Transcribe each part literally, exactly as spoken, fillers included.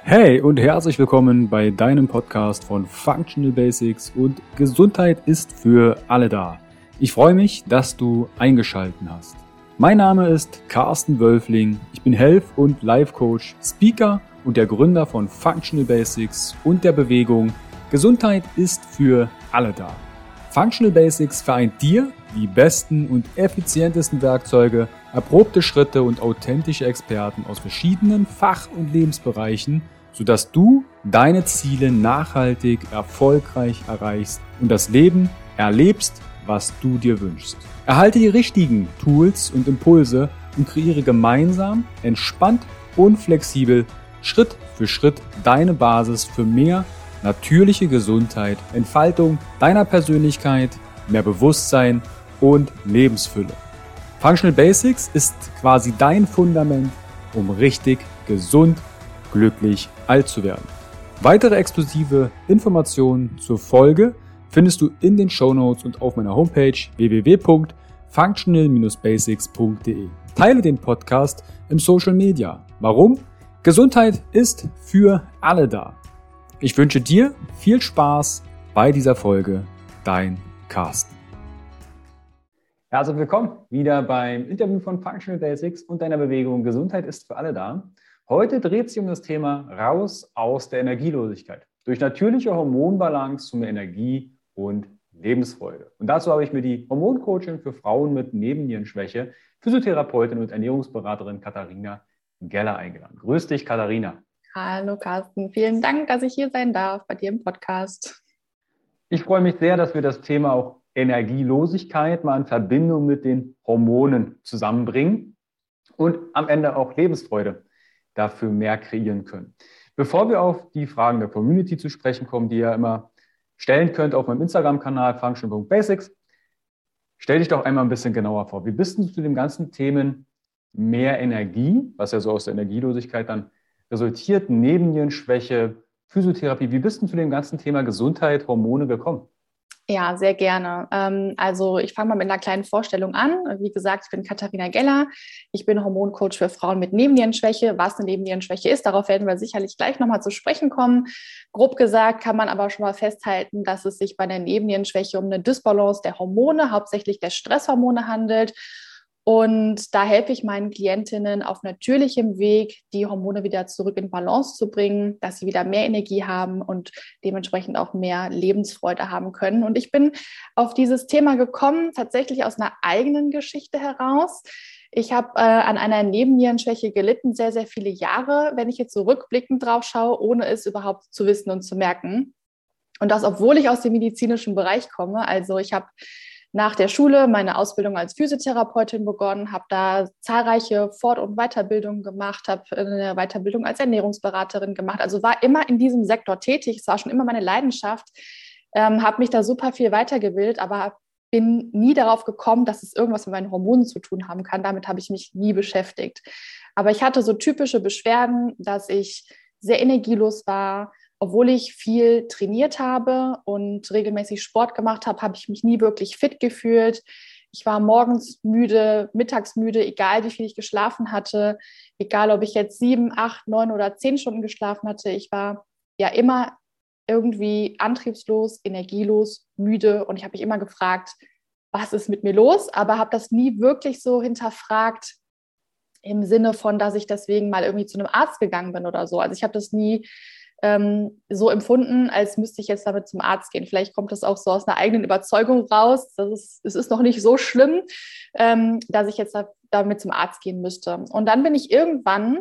Hey und herzlich willkommen bei deinem Podcast von Functional Basics und Gesundheit ist für alle da. Ich freue mich, dass du eingeschaltet hast. Mein Name ist Carsten Wölfling, ich bin Health- und Life-Coach, Speaker und der Gründer von Functional Basics und der Bewegung Gesundheit ist für alle da. Functional Basics vereint dir die besten und effizientesten Werkzeuge, erprobte Schritte und authentische Experten aus verschiedenen Fach- und Lebensbereichen, sodass du deine Ziele nachhaltig, erfolgreich erreichst und das Leben erlebst, was du dir wünschst. Erhalte die richtigen Tools und Impulse und kreiere gemeinsam, entspannt und flexibel Schritt für Schritt deine Basis für mehr natürliche Gesundheit, Entfaltung deiner Persönlichkeit, mehr Bewusstsein und Lebensfülle. Functional Basics ist quasi dein Fundament, um richtig gesund, glücklich alt zu werden. Weitere exklusive Informationen zur Folge findest du in den Shownotes und auf meiner Homepage w w w punkt functional basics punkt d e. Teile den Podcast im Social Media. Warum? Gesundheit ist für alle da. Ich wünsche dir viel Spaß bei dieser Folge. Dein Carsten. Herzlich willkommen wieder beim Interview von Functional Basics und deiner Bewegung Gesundheit ist für alle da. Heute dreht sich um das Thema raus aus der Energielosigkeit. Durch natürliche Hormonbalance zu mehr Energie und Lebensfreude. Und dazu habe ich mir die Hormoncoachin für Frauen mit Nebennierenschwäche, Physiotherapeutin und Ernährungsberaterin Katharina Geller eingeladen. Grüß dich, Katharina. Hallo Carsten, vielen Dank, dass ich hier sein darf bei dir im Podcast. Ich freue mich sehr, dass wir das Thema auch Energielosigkeit mal in Verbindung mit den Hormonen zusammenbringen und am Ende auch Lebensfreude dafür mehr kreieren können. Bevor wir auf die Fragen der Community zu sprechen kommen, die ihr immer stellen könnt auf meinem Instagram-Kanal functional punkt basics, stell dich doch einmal ein bisschen genauer vor. Wie bist du zu den ganzen Themen mehr Energie, was ja so aus der Energielosigkeit dann resultiert, Nebennierenschwäche, Physiotherapie, wie bist du zu dem ganzen Thema Gesundheit, Hormone gekommen? Ja, sehr gerne. Also ich fange mal mit einer kleinen Vorstellung an. Wie gesagt, ich bin Katharina Geller. Ich bin Hormoncoach für Frauen mit Nebennierenschwäche. Was eine Nebennierenschwäche ist, darauf werden wir sicherlich gleich nochmal zu sprechen kommen. Grob gesagt kann man aber schon mal festhalten, dass es sich bei der Nebennierenschwäche um eine Dysbalance der Hormone, hauptsächlich der Stresshormone handelt. Und da helfe ich meinen Klientinnen auf natürlichem Weg, die Hormone wieder zurück in Balance zu bringen, dass sie wieder mehr Energie haben und dementsprechend auch mehr Lebensfreude haben können. Und ich bin auf dieses Thema gekommen, tatsächlich aus einer eigenen Geschichte heraus. Ich habe äh, an einer Nebennierenschwäche gelitten, sehr, sehr viele Jahre, wenn ich jetzt so rückblickend drauf schaue, ohne es überhaupt zu wissen und zu merken. Und das, obwohl ich aus dem medizinischen Bereich komme. Also ich habe nach der Schule meine Ausbildung als Physiotherapeutin begonnen, habe da zahlreiche Fort- und Weiterbildungen gemacht, habe eine Weiterbildung als Ernährungsberaterin gemacht, also war immer in diesem Sektor tätig, es war schon immer meine Leidenschaft, ähm, habe mich da super viel weitergebildet, aber bin nie darauf gekommen, dass es irgendwas mit meinen Hormonen zu tun haben kann. Damit habe ich mich nie beschäftigt. Aber ich hatte so typische Beschwerden, dass ich sehr energielos war. Obwohl ich viel trainiert habe und regelmäßig Sport gemacht habe, habe ich mich nie wirklich fit gefühlt. Ich war morgens müde, mittags müde, egal wie viel ich geschlafen hatte, egal ob ich jetzt sieben, acht, neun oder zehn Stunden geschlafen hatte. Ich war ja immer irgendwie antriebslos, energielos, müde und ich habe mich immer gefragt, was ist mit mir los? Aber habe das nie wirklich so hinterfragt im Sinne von, dass ich deswegen mal irgendwie zu einem Arzt gegangen bin oder so. Also ich habe das nie Ähm, so empfunden, als müsste ich jetzt damit zum Arzt gehen. Vielleicht kommt das auch so aus einer eigenen Überzeugung raus. Das ist, es ist noch nicht so schlimm, ähm, dass ich jetzt da, damit zum Arzt gehen müsste. Und dann bin ich irgendwann,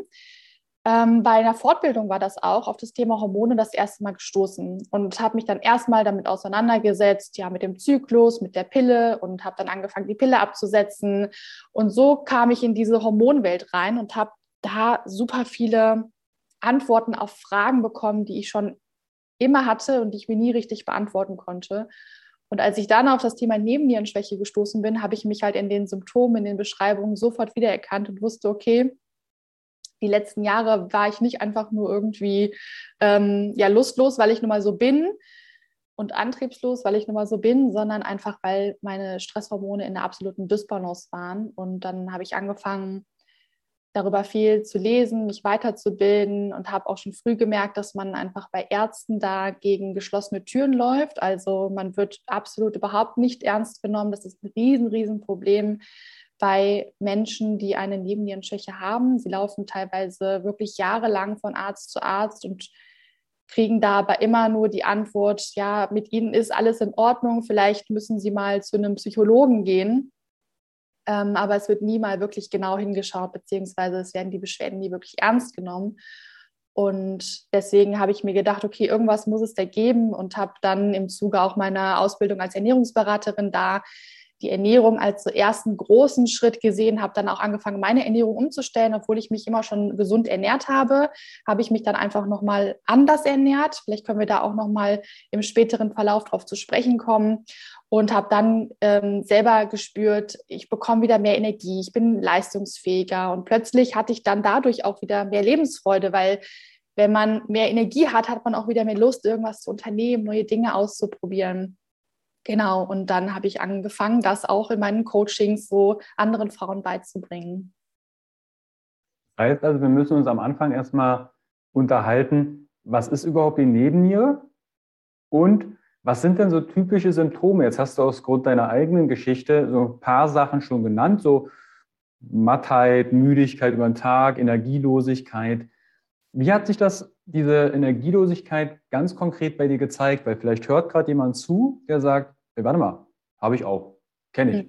ähm, bei einer Fortbildung war das auch, auf das Thema Hormone das erste Mal gestoßen und habe mich dann erstmal damit auseinandergesetzt, ja, mit dem Zyklus, mit der Pille und habe dann angefangen, die Pille abzusetzen. Und so kam ich in diese Hormonwelt rein und habe da super viele Antworten auf Fragen bekommen, die ich schon immer hatte und die ich mir nie richtig beantworten konnte. Und als ich dann auf das Thema Nebennierenschwäche gestoßen bin, habe ich mich halt in den Symptomen, in den Beschreibungen sofort wiedererkannt und wusste, okay, die letzten Jahre war ich nicht einfach nur irgendwie ähm, ja, lustlos, weil ich nun mal so bin und antriebslos, weil ich nun mal so bin, sondern einfach, weil meine Stresshormone in einer absoluten Dysbalance waren. Und dann habe ich angefangen, darüber viel zu lesen, mich weiterzubilden und habe auch schon früh gemerkt, dass man einfach bei Ärzten da gegen geschlossene Türen läuft. Also man wird absolut überhaupt nicht ernst genommen. Das ist ein riesen, riesen Problem bei Menschen, die eine Nebennierenschwäche haben. Sie laufen teilweise wirklich jahrelang von Arzt zu Arzt und kriegen da aber immer nur die Antwort, ja, mit Ihnen ist alles in Ordnung, vielleicht müssen Sie mal zu einem Psychologen gehen. Ähm, aber es wird nie mal wirklich genau hingeschaut, beziehungsweise es werden die Beschwerden nie wirklich ernst genommen. Und deswegen habe ich mir gedacht, okay, irgendwas muss es da geben und habe dann im Zuge auch meiner Ausbildung als Ernährungsberaterin da die Ernährung als so ersten großen Schritt gesehen, habe dann auch angefangen, meine Ernährung umzustellen, obwohl ich mich immer schon gesund ernährt habe, habe ich mich dann einfach nochmal anders ernährt. Vielleicht können wir da auch nochmal im späteren Verlauf drauf zu sprechen kommen und habe dann ähm, selber gespürt, ich bekomme wieder mehr Energie, ich bin leistungsfähiger und plötzlich hatte ich dann dadurch auch wieder mehr Lebensfreude, weil wenn man mehr Energie hat, hat man auch wieder mehr Lust, irgendwas zu unternehmen, neue Dinge auszuprobieren. Genau, und dann habe ich angefangen, das auch in meinen Coachings so anderen Frauen beizubringen. Das heißt also, wir müssen uns am Anfang erstmal unterhalten, was ist überhaupt die Nebenniere und was sind denn so typische Symptome? Jetzt hast du aus Grund deiner eigenen Geschichte so ein paar Sachen schon genannt, so Mattheit, Müdigkeit über den Tag, Energielosigkeit. Wie hat sich das, diese Energielosigkeit ganz konkret bei dir gezeigt? Weil vielleicht hört gerade jemand zu, der sagt, hey, warte mal, habe ich auch, kenne ich. Hm.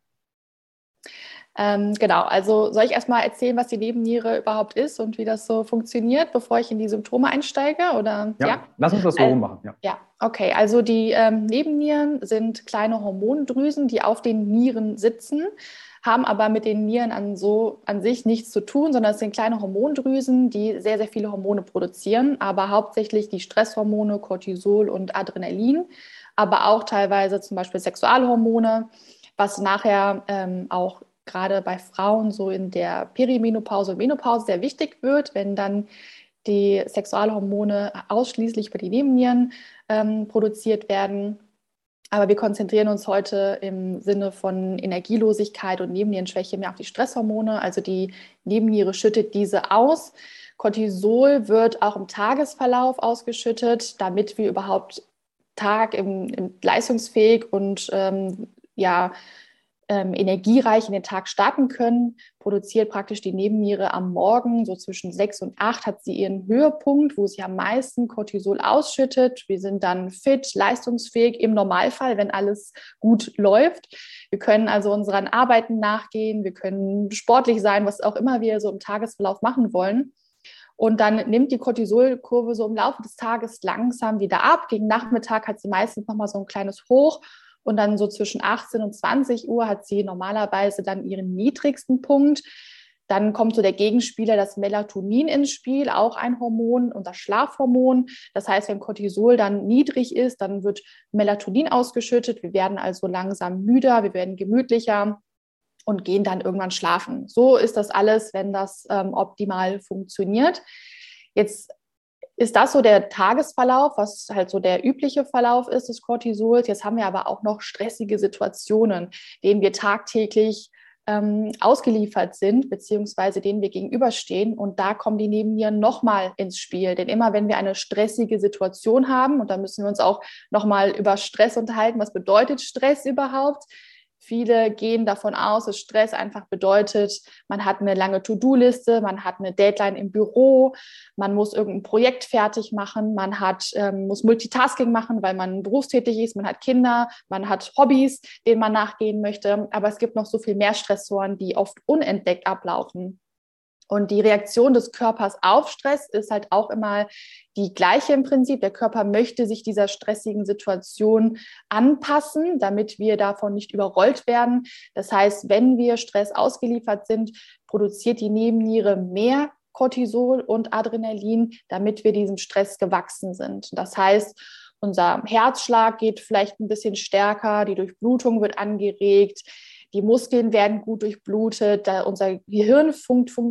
Ähm, genau, also soll ich erstmal erzählen, was die Nebenniere überhaupt ist und wie das so funktioniert, bevor ich in die Symptome einsteige? Oder? Ja, Ja, lass uns das so also, rummachen. Ja. ja, okay. Also die ähm, Nebennieren sind kleine Hormondrüsen, die auf den Nieren sitzen, haben aber mit den Nieren an so an sich nichts zu tun, sondern es sind kleine Hormondrüsen, die sehr, sehr viele Hormone produzieren, aber hauptsächlich die Stresshormone, Cortisol und Adrenalin, aber auch teilweise zum Beispiel Sexualhormone, was nachher ähm, auch gerade bei Frauen so in der Perimenopause und Menopause sehr wichtig wird, wenn dann die Sexualhormone ausschließlich über die Nebennieren ähm, produziert werden. Aber wir konzentrieren uns heute im Sinne von Energielosigkeit und Nebennierenschwäche mehr auf die Stresshormone. Also die Nebenniere schüttet diese aus. Cortisol wird auch im Tagesverlauf ausgeschüttet, damit wir überhaupt Tag im, im leistungsfähig und ähm, ja, ähm, energiereich in den Tag starten können, produziert praktisch die Nebenniere am Morgen, so zwischen sechs und acht hat sie ihren Höhepunkt, wo sie am meisten Cortisol ausschüttet. Wir sind dann fit, leistungsfähig im Normalfall, wenn alles gut läuft. Wir können also unseren Arbeiten nachgehen, wir können sportlich sein, was auch immer wir so im Tagesverlauf machen wollen. Und dann nimmt die Cortisolkurve so im Laufe des Tages langsam wieder ab. Gegen Nachmittag hat sie meistens nochmal so ein kleines Hoch. Und dann so zwischen achtzehn und zwanzig Uhr hat sie normalerweise dann ihren niedrigsten Punkt. Dann kommt so der Gegenspieler, das Melatonin ins Spiel, auch ein Hormon und das Schlafhormon. Das heißt, wenn Cortisol dann niedrig ist, dann wird Melatonin ausgeschüttet. Wir werden also langsam müder, wir werden gemütlicher und gehen dann irgendwann schlafen. So ist das alles, wenn das ähm, optimal funktioniert. Jetzt ist das so der Tagesverlauf, was halt so der übliche Verlauf ist des Cortisols. Jetzt haben wir aber auch noch stressige Situationen, denen wir tagtäglich ähm, ausgeliefert sind, beziehungsweise denen wir gegenüberstehen. Und da kommen die Nebennieren nochmal ins Spiel. Denn immer wenn wir eine stressige Situation haben, und da müssen wir uns auch nochmal über Stress unterhalten, was bedeutet Stress überhaupt? Viele gehen davon aus, dass Stress einfach bedeutet, man hat eine lange To-Do-Liste, man hat eine Deadline im Büro, man muss irgendein Projekt fertig machen, man hat, ähm, muss Multitasking machen, weil man berufstätig ist, man hat Kinder, man hat Hobbys, denen man nachgehen möchte. Aber es gibt noch so viel mehr Stressoren, die oft unentdeckt ablaufen. Und die Reaktion des Körpers auf Stress ist halt auch immer die gleiche im Prinzip. Der Körper möchte sich dieser stressigen Situation anpassen, damit wir davon nicht überrollt werden. Das heißt, wenn wir Stress ausgeliefert sind, produziert die Nebenniere mehr Cortisol und Adrenalin, damit wir diesem Stress gewachsen sind. Das heißt, unser Herzschlag geht vielleicht ein bisschen stärker, die Durchblutung wird angeregt, die Muskeln werden gut durchblutet, unser Gehirn funkt, funkt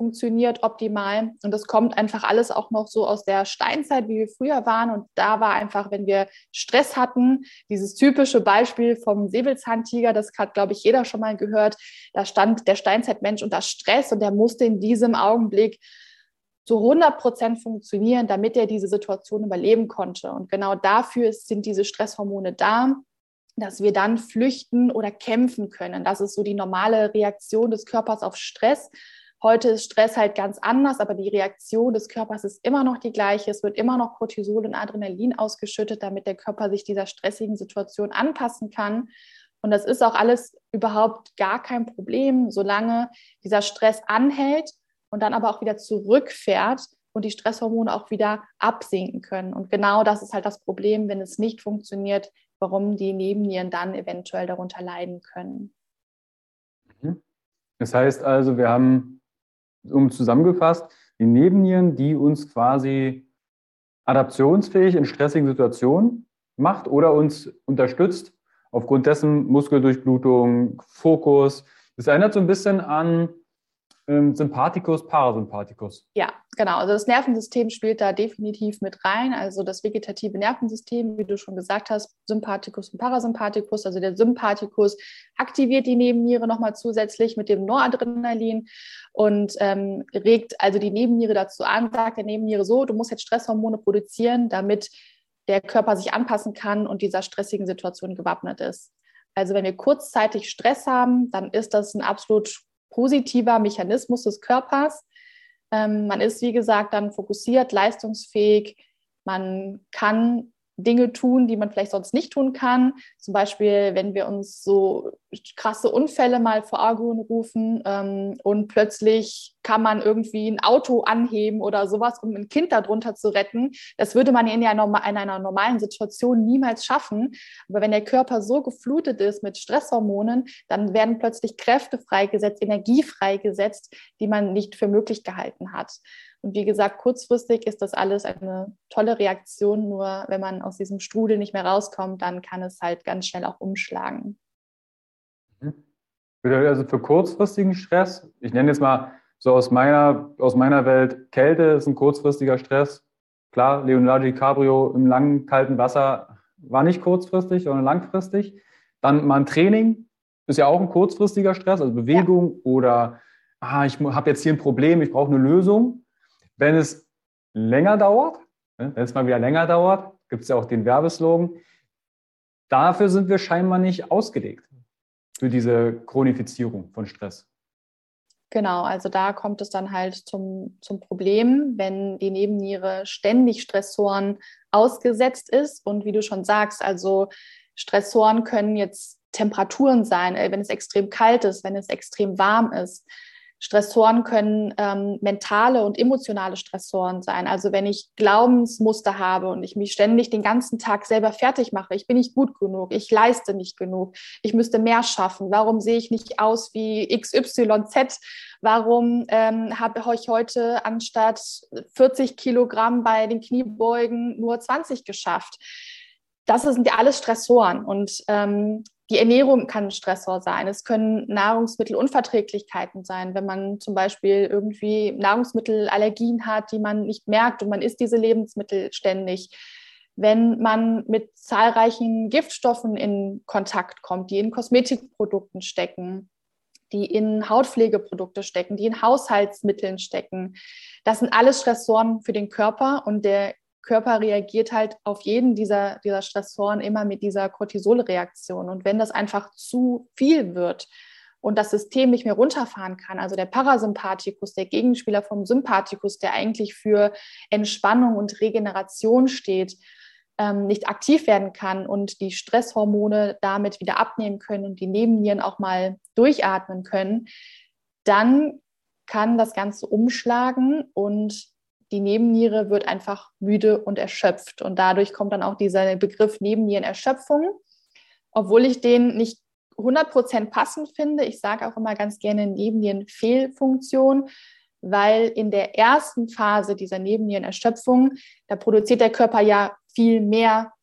funktioniert optimal. Und das kommt einfach alles auch noch so aus der Steinzeit, wie wir früher waren. Und da war einfach, wenn wir Stress hatten, dieses typische Beispiel vom Säbelzahntiger, das hat, glaube ich, jeder schon mal gehört, da stand der Steinzeitmensch unter Stress und der musste in diesem Augenblick zu hundert Prozent funktionieren, damit er diese Situation überleben konnte. Und genau dafür sind diese Stresshormone da, dass wir dann flüchten oder kämpfen können. Das ist so die normale Reaktion des Körpers auf Stress. Heute ist Stress halt ganz anders, aber die Reaktion des Körpers ist immer noch die gleiche. Es wird immer noch Cortisol und Adrenalin ausgeschüttet, damit der Körper sich dieser stressigen Situation anpassen kann. Und das ist auch alles überhaupt gar kein Problem, solange dieser Stress anhält und dann aber auch wieder zurückfährt und die Stresshormone auch wieder absinken können. Und genau das ist halt das Problem, wenn es nicht funktioniert, warum die Nebennieren dann eventuell darunter leiden können. Das heißt also, wir haben, um zusammengefasst, die Nebennieren, die uns quasi adaptionsfähig in stressigen Situationen macht oder uns unterstützt, aufgrund dessen Muskeldurchblutung, Fokus. Das erinnert so ein bisschen an ähm, Sympathikus, Parasympathikus. Ja, genau. Also das Nervensystem spielt da definitiv mit rein. Also das vegetative Nervensystem, wie du schon gesagt hast, Sympathikus und Parasympathikus. Also der Sympathikus aktiviert die Nebenniere nochmal zusätzlich mit dem Noradrenalin und ähm, regt also die Nebenniere dazu an, sagt der Nebenniere so, du musst jetzt Stresshormone produzieren, damit der Körper sich anpassen kann und dieser stressigen Situation gewappnet ist. Also wenn wir kurzzeitig Stress haben, dann ist das ein absolut positiver Mechanismus des Körpers. Ähm, man ist, wie gesagt, dann fokussiert, leistungsfähig. Man kann Dinge tun, die man vielleicht sonst nicht tun kann. Zum Beispiel, wenn wir uns so krasse Unfälle mal vor Augen rufen ähm, und plötzlich kann man irgendwie ein Auto anheben oder sowas, um ein Kind darunter zu retten. Das würde man in, einer, in einer normalen Situation niemals schaffen. Aber wenn der Körper so geflutet ist mit Stresshormonen, dann werden plötzlich Kräfte freigesetzt, Energie freigesetzt, die man nicht für möglich gehalten hat. Und wie gesagt, kurzfristig ist das alles eine tolle Reaktion, nur wenn man aus diesem Strudel nicht mehr rauskommt, dann kann es halt ganz schnell auch umschlagen. Also für kurzfristigen Stress, ich nenne jetzt mal so aus meiner, aus meiner Welt, Kälte ist ein kurzfristiger Stress. Klar, Leonardo DiCaprio im langen, kalten Wasser war nicht kurzfristig, sondern langfristig. Dann mal ein Training ist ja auch ein kurzfristiger Stress, also Bewegung, ja. Oder ah, ich habe jetzt hier ein Problem, ich brauche eine Lösung. Wenn es länger dauert, wenn es mal wieder länger dauert, gibt es ja auch den Werbeslogan, dafür sind wir scheinbar nicht ausgelegt, für diese Chronifizierung von Stress. Genau, also da kommt es dann halt zum, zum Problem, wenn die Nebenniere ständig Stressoren ausgesetzt ist. Und wie du schon sagst, also Stressoren können jetzt Temperaturen sein, wenn es extrem kalt ist, wenn es extrem warm ist. Stressoren können ähm, mentale und emotionale Stressoren sein. Also wenn ich Glaubensmuster habe und ich mich ständig den ganzen Tag selber fertig mache, ich bin nicht gut genug, ich leiste nicht genug, ich müsste mehr schaffen, warum sehe ich nicht aus wie X Y Z, warum ähm, habe ich heute anstatt vierzig Kilogramm bei den Kniebeugen nur zwanzig geschafft. Das sind ja alles Stressoren und ähm, die Ernährung kann ein Stressor sein. Es können Nahrungsmittelunverträglichkeiten sein, wenn man zum Beispiel irgendwie Nahrungsmittelallergien hat, die man nicht merkt und man isst diese Lebensmittel ständig. Wenn man mit zahlreichen Giftstoffen in Kontakt kommt, die in Kosmetikprodukten stecken, die in Hautpflegeprodukte stecken, die in Haushaltsmitteln stecken. Das sind alles Stressoren für den Körper und der Körper reagiert halt auf jeden dieser, dieser Stressoren immer mit dieser Cortisolreaktion. Und wenn das einfach zu viel wird und das System nicht mehr runterfahren kann, also der Parasympathikus, der Gegenspieler vom Sympathikus, der eigentlich für Entspannung und Regeneration steht, ähm, nicht aktiv werden kann und die Stresshormone damit wieder abnehmen können und die Nebennieren auch mal durchatmen können, dann kann das Ganze umschlagen und die Nebenniere wird einfach müde und erschöpft. Und dadurch kommt dann auch dieser Begriff Nebennierenerschöpfung, obwohl ich den nicht hundert Prozent passend finde. Ich sage auch immer ganz gerne Nebennierenfehlfunktion, weil in der ersten Phase dieser Nebennierenerschöpfung, da produziert der Körper ja viel mehr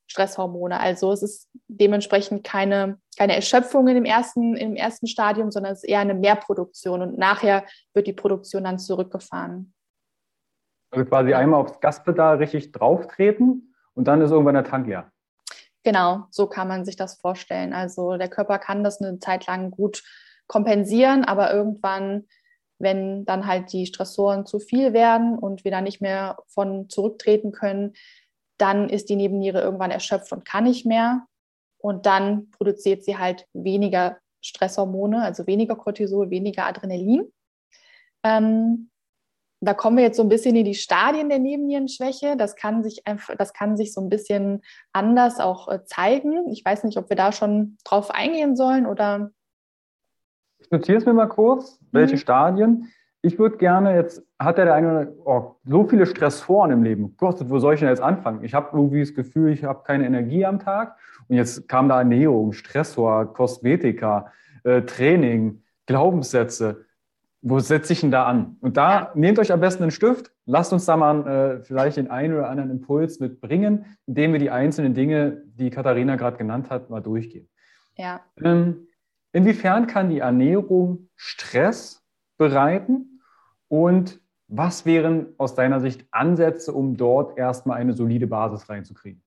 Stresshormone. Also es ist dementsprechend keine, keine Erschöpfung in dem ersten, im ersten Stadium, sondern es ist eher eine Mehrproduktion und nachher wird die Produktion dann zurückgefahren. Also quasi ja. einmal aufs Gaspedal richtig drauftreten und dann ist irgendwann der Tank leer. Genau, so kann man sich das vorstellen. Also der Körper kann das eine Zeit lang gut kompensieren, aber irgendwann, wenn dann halt die Stressoren zu viel werden und wir dann nicht mehr von zurücktreten können, dann ist die Nebenniere irgendwann erschöpft und kann nicht mehr. Und dann produziert sie halt weniger Stresshormone, also weniger Cortisol, weniger Adrenalin. Ähm, da kommen wir jetzt so ein bisschen in die Stadien der Nebennierenschwäche. Das kann sich einfach, das kann sich so ein bisschen anders auch äh, zeigen. Ich weiß nicht, ob wir da schon drauf eingehen sollen oder. Ich notiere es mir mal kurz, welche mhm. Stadien. Ich würde gerne, jetzt hat ja der eine oh, so viele Stressoren im Leben. Gott, wo soll ich denn jetzt anfangen? Ich habe irgendwie das Gefühl, ich habe keine Energie am Tag. Und jetzt kam da Ernährung, Stressor, Kosmetika, äh, Training, Glaubenssätze. Wo setze ich denn da an? Und da ja. nehmt euch am besten einen Stift, lasst uns da mal äh, vielleicht den einen oder anderen Impuls mitbringen, indem wir die einzelnen Dinge, die Katharina gerade genannt hat, mal durchgehen. Ja. Ähm, inwiefern kann die Ernährung Stress bereiten und was wären aus deiner Sicht Ansätze, um dort erstmal eine solide Basis reinzukriegen?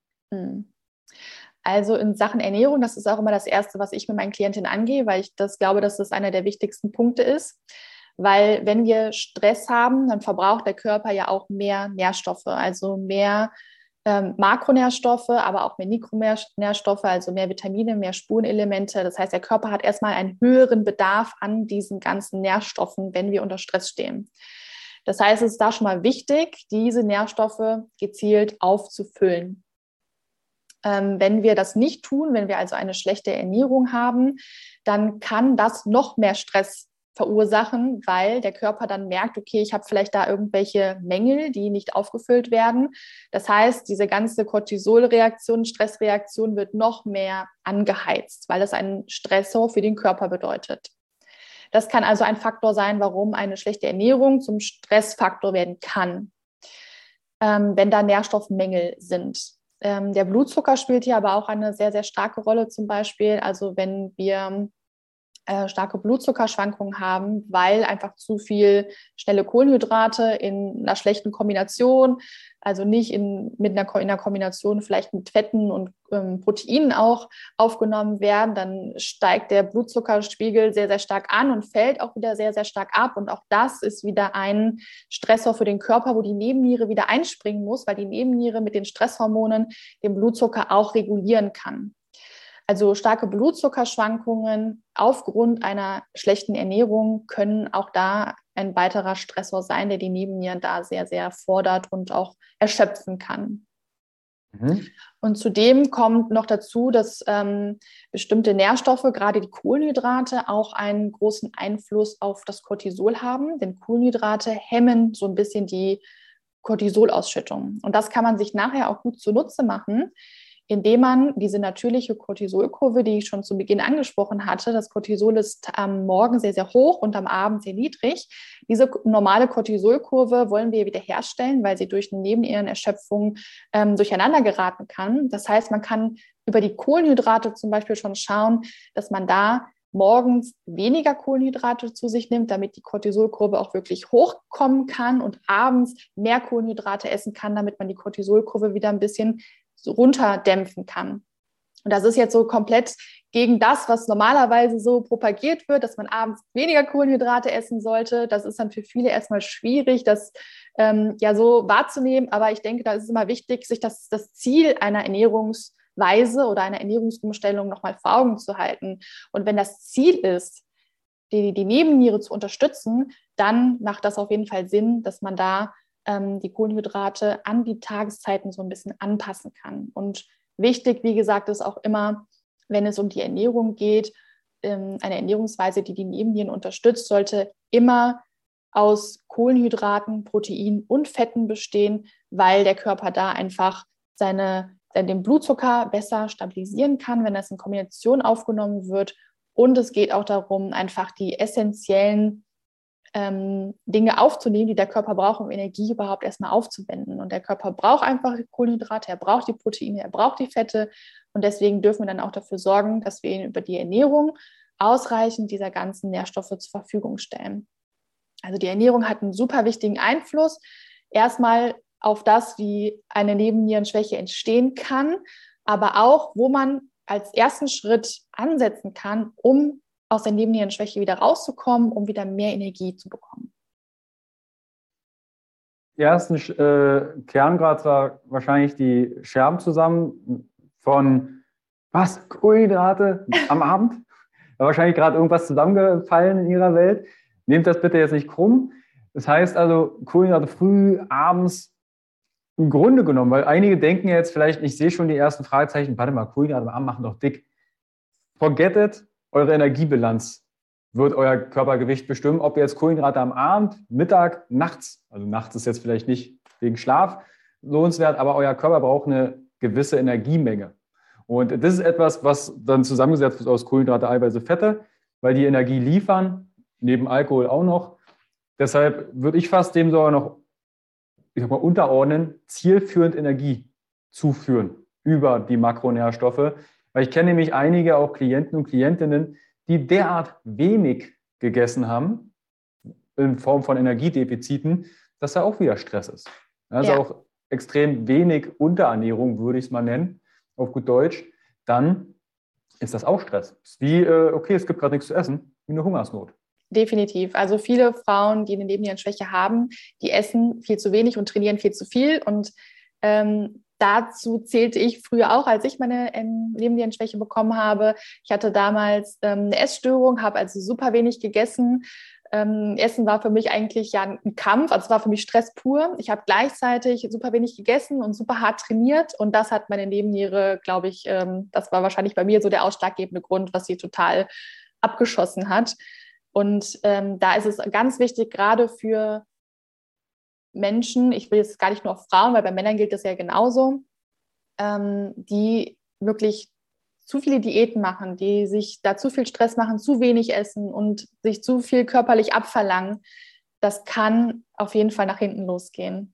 Also in Sachen Ernährung, das ist auch immer das Erste, was ich mit meinen Klientinnen angehe, weil ich das glaube, dass das einer der wichtigsten Punkte ist. Weil wenn wir Stress haben, dann verbraucht der Körper ja auch mehr Nährstoffe, also mehr ähm, Makronährstoffe, aber auch mehr Mikronährstoffe, also mehr Vitamine, mehr Spurenelemente. Das heißt, der Körper hat erstmal einen höheren Bedarf an diesen ganzen Nährstoffen, wenn wir unter Stress stehen. Das heißt, es ist da schon mal wichtig, diese Nährstoffe gezielt aufzufüllen. Ähm, wenn wir das nicht tun, wenn wir also eine schlechte Ernährung haben, dann kann das noch mehr Stress verursachen, weil der Körper dann merkt, okay, ich habe vielleicht da irgendwelche Mängel, die nicht aufgefüllt werden. Das heißt, diese ganze Cortisolreaktion, Stressreaktion wird noch mehr angeheizt, weil das einen Stressor für den Körper bedeutet. Das kann also ein Faktor sein, warum eine schlechte Ernährung zum Stressfaktor werden kann, ähm, wenn da Nährstoffmängel sind. Ähm, der Blutzucker spielt hier aber auch eine sehr, sehr starke Rolle zum Beispiel. Also wenn wir äh, starke Blutzuckerschwankungen haben, weil einfach zu viel schnelle Kohlenhydrate in einer schlechten Kombination, also nicht in, mit einer, in einer Kombination vielleicht mit Fetten und ähm, Proteinen auch aufgenommen werden, dann steigt der Blutzuckerspiegel sehr, sehr stark an und fällt auch wieder sehr, sehr stark ab. Und auch das ist wieder ein Stressor für den Körper, wo die Nebenniere wieder einspringen muss, weil die Nebenniere mit den Stresshormonen den Blutzucker auch regulieren kann. Also starke Blutzuckerschwankungen aufgrund einer schlechten Ernährung können auch da ein weiterer Stressor sein, der die Nebennieren da sehr, sehr fordert und auch erschöpfen kann. Mhm. Und zudem kommt noch dazu, dass ähm, bestimmte Nährstoffe, gerade die Kohlenhydrate, auch einen großen Einfluss auf das Cortisol haben. Denn Kohlenhydrate hemmen so ein bisschen die Cortisolausschüttung. Und das kann man sich nachher auch gut zunutze machen, indem man diese natürliche Cortisolkurve, die ich schon zu Beginn angesprochen hatte, das Cortisol ist am Morgen sehr, sehr hoch und am Abend sehr niedrig. Diese normale Cortisolkurve wollen wir wiederherstellen, weil sie durch eine Nebennierenerschöpfung ähm, durcheinander geraten kann. Das heißt, man kann über die Kohlenhydrate zum Beispiel schon schauen, dass man da morgens weniger Kohlenhydrate zu sich nimmt, damit die Cortisolkurve auch wirklich hochkommen kann und abends mehr Kohlenhydrate essen kann, damit man die Cortisolkurve wieder ein bisschen runterdämpfen kann. Und das ist jetzt so komplett gegen das, was normalerweise so propagiert wird, dass man abends weniger Kohlenhydrate essen sollte. Das ist dann für viele erstmal schwierig, das ähm, ja so wahrzunehmen. Aber ich denke, da ist es immer wichtig, sich das, das Ziel einer Ernährungsweise oder einer Ernährungsumstellung nochmal vor Augen zu halten. Und wenn das Ziel ist, die, die Nebenniere zu unterstützen, dann macht das auf jeden Fall Sinn, dass man da die Kohlenhydrate an die Tageszeiten so ein bisschen anpassen kann. Und wichtig, wie gesagt, ist auch immer, wenn es um die Ernährung geht, eine Ernährungsweise, die die Nebennieren unterstützt, sollte immer aus Kohlenhydraten, Proteinen und Fetten bestehen, weil der Körper da einfach seine, den Blutzucker besser stabilisieren kann, wenn das in Kombination aufgenommen wird. Und es geht auch darum, einfach die essentiellen ähm, Dinge aufzunehmen, die der Körper braucht, um Energie überhaupt erstmal aufzuwenden. Und der Körper braucht einfach Kohlenhydrate, er braucht die Proteine, er braucht die Fette. Und deswegen dürfen wir dann auch dafür sorgen, dass wir ihn über die Ernährung ausreichend dieser ganzen Nährstoffe zur Verfügung stellen. Also die Ernährung hat einen super wichtigen Einfluss. Erstmal auf das, wie eine Nebennierenschwäche entstehen kann, aber auch, wo man als ersten Schritt ansetzen kann, um aus der Nebennierenschwäche wieder rauszukommen, um wieder mehr Energie zu bekommen. Die ersten äh, Kerngrad war wahrscheinlich die Scherben zusammen von was? Kohlenhydrate am Abend? Da wahrscheinlich gerade irgendwas zusammengefallen in ihrer Welt. Nehmt das bitte jetzt nicht krumm. Das heißt also, Kohlenhydrate früh, abends, im Grunde genommen, weil einige denken ja jetzt vielleicht, ich sehe schon die ersten Fragezeichen, warte mal, Kohlenhydrate am Abend machen doch dick. Forget it, eure Energiebilanz wird euer Körpergewicht bestimmen, ob ihr jetzt Kohlenhydrate am Abend, Mittag, nachts, also nachts ist jetzt vielleicht nicht wegen Schlaf lohnenswert, aber euer Körper braucht eine gewisse Energiemenge. Und das ist etwas, was dann zusammengesetzt wird aus Kohlenhydrate, Eiweiße, Fette, weil die Energie liefern, neben Alkohol auch noch. Deshalb würde ich fast dem sogar noch, ich sag mal, unterordnen, zielführend Energie zuführen über die Makronährstoffe. Weil ich kenne nämlich einige auch Klienten und Klientinnen, die derart wenig gegessen haben, in Form von Energiedefiziten, dass da auch wieder Stress ist. Also ja. Auch extrem wenig Unterernährung, würde ich es mal nennen, auf gut Deutsch, dann ist das auch Stress. Es ist wie, okay, es gibt gerade nichts zu essen, wie eine Hungersnot. Definitiv. Also viele Frauen, die eine Nebennierenschwäche haben, die essen viel zu wenig und trainieren viel zu viel. Und ähm, dazu zählte ich früher auch, als ich meine ähm, Nebennierenschwäche bekommen habe. Ich hatte damals ähm, eine Essstörung, habe also super wenig gegessen. Ähm, Essen war für mich eigentlich ja ein Kampf, also es war für mich Stress pur. Ich habe gleichzeitig super wenig gegessen und super hart trainiert und das hat meine Nebenniere, glaube ich, ähm, das war wahrscheinlich bei mir so der ausschlaggebende Grund, was sie total abgeschossen hat. Und ähm, da ist es ganz wichtig, gerade für Menschen, ich will jetzt gar nicht nur auf Frauen, weil bei Männern gilt das ja genauso, ähm, die wirklich zu viele Diäten machen, die sich da zu viel Stress machen, zu wenig essen und sich zu viel körperlich abverlangen, das kann auf jeden Fall nach hinten losgehen.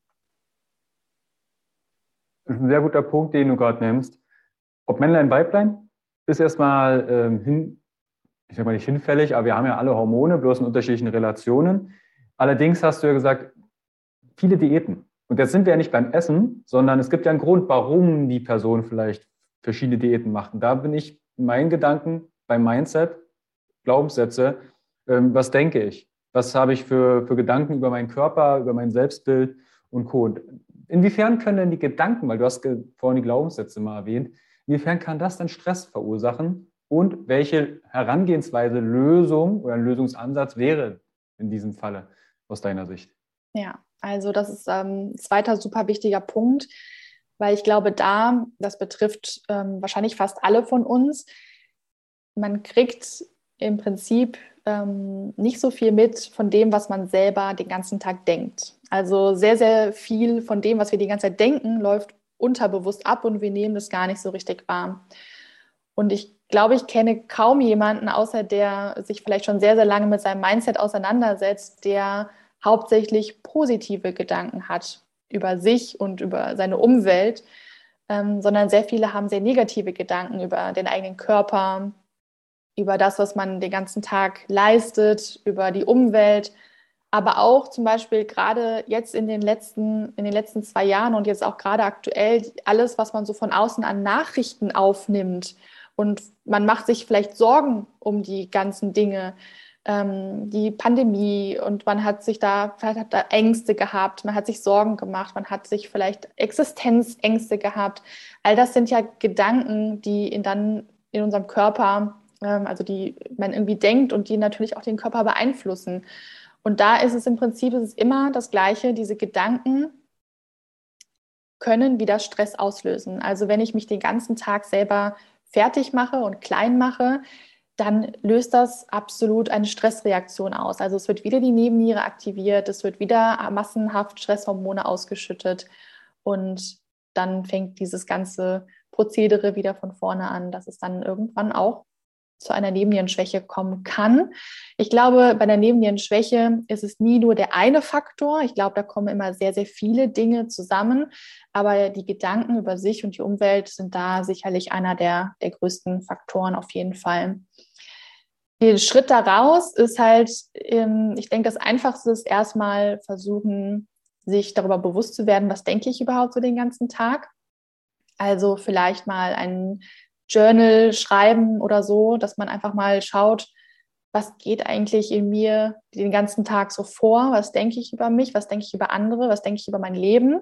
Das ist ein sehr guter Punkt, den du gerade nimmst. Ob Männlein, Weiblein, ist erstmal ähm, hin, ich sage mal nicht hinfällig, aber wir haben ja alle Hormone, bloß in unterschiedlichen Relationen. Allerdings hast du ja gesagt, viele Diäten. Und jetzt sind wir ja nicht beim Essen, sondern es gibt ja einen Grund, warum die Person vielleicht verschiedene Diäten macht. Und da bin ich in meinen Gedanken beim Mindset, Glaubenssätze, ähm, was denke ich? Was habe ich für, für Gedanken über meinen Körper, über mein Selbstbild und Co. Und inwiefern können denn die Gedanken, weil du hast vorhin die Glaubenssätze mal erwähnt, inwiefern kann das denn Stress verursachen? Und welche Herangehensweise, Lösung oder ein Lösungsansatz wäre in diesem Falle aus deiner Sicht? Ja, also das ist ähm, ein zweiter super wichtiger Punkt, weil ich glaube, da, das betrifft ähm, wahrscheinlich fast alle von uns, man kriegt im Prinzip ähm, nicht so viel mit von dem, was man selber den ganzen Tag denkt. Also sehr, sehr viel von dem, was wir die ganze Zeit denken, läuft unterbewusst ab und wir nehmen das gar nicht so richtig wahr. Und ich glaube, ich kenne kaum jemanden, außer der sich vielleicht schon sehr, sehr lange mit seinem Mindset auseinandersetzt, der hauptsächlich positive Gedanken hat über sich und über seine Umwelt, ähm, sondern sehr viele haben sehr negative Gedanken über den eigenen Körper, über das, was man den ganzen Tag leistet, über die Umwelt, aber auch zum Beispiel gerade jetzt in den letzten, in den letzten zwei Jahren und jetzt auch gerade aktuell alles, was man so von außen an Nachrichten aufnimmt. Und man macht sich vielleicht Sorgen um die ganzen Dinge, ähm, die Pandemie und man hat sich da, vielleicht hat da Ängste gehabt, man hat sich Sorgen gemacht, man hat sich vielleicht Existenzängste gehabt. All das sind ja Gedanken, die in, dann in unserem Körper, ähm, also die man irgendwie denkt und die natürlich auch den Körper beeinflussen. Und da ist es im Prinzip, ist es immer das Gleiche, diese Gedanken können wieder Stress auslösen. Also wenn ich mich den ganzen Tag selber fertig mache und klein mache, dann löst das absolut eine Stressreaktion aus. Also es wird wieder die Nebenniere aktiviert, es wird wieder massenhaft Stresshormone ausgeschüttet und dann fängt dieses ganze Prozedere wieder von vorne an, dass es dann irgendwann auch zu einer Nebennierenschwäche kommen kann. Ich glaube, bei der Nebennierenschwäche ist es nie nur der eine Faktor. Ich glaube, da kommen immer sehr, sehr viele Dinge zusammen. Aber die Gedanken über sich und die Umwelt sind da sicherlich einer der, der größten Faktoren auf jeden Fall. Der Schritt daraus ist halt, ich denke, das Einfachste ist erstmal versuchen, sich darüber bewusst zu werden, was denke ich überhaupt so den ganzen Tag. Also vielleicht mal ein Journal schreiben oder so, dass man einfach mal schaut, was geht eigentlich in mir den ganzen Tag so vor, was denke ich über mich, was denke ich über andere, was denke ich über mein Leben.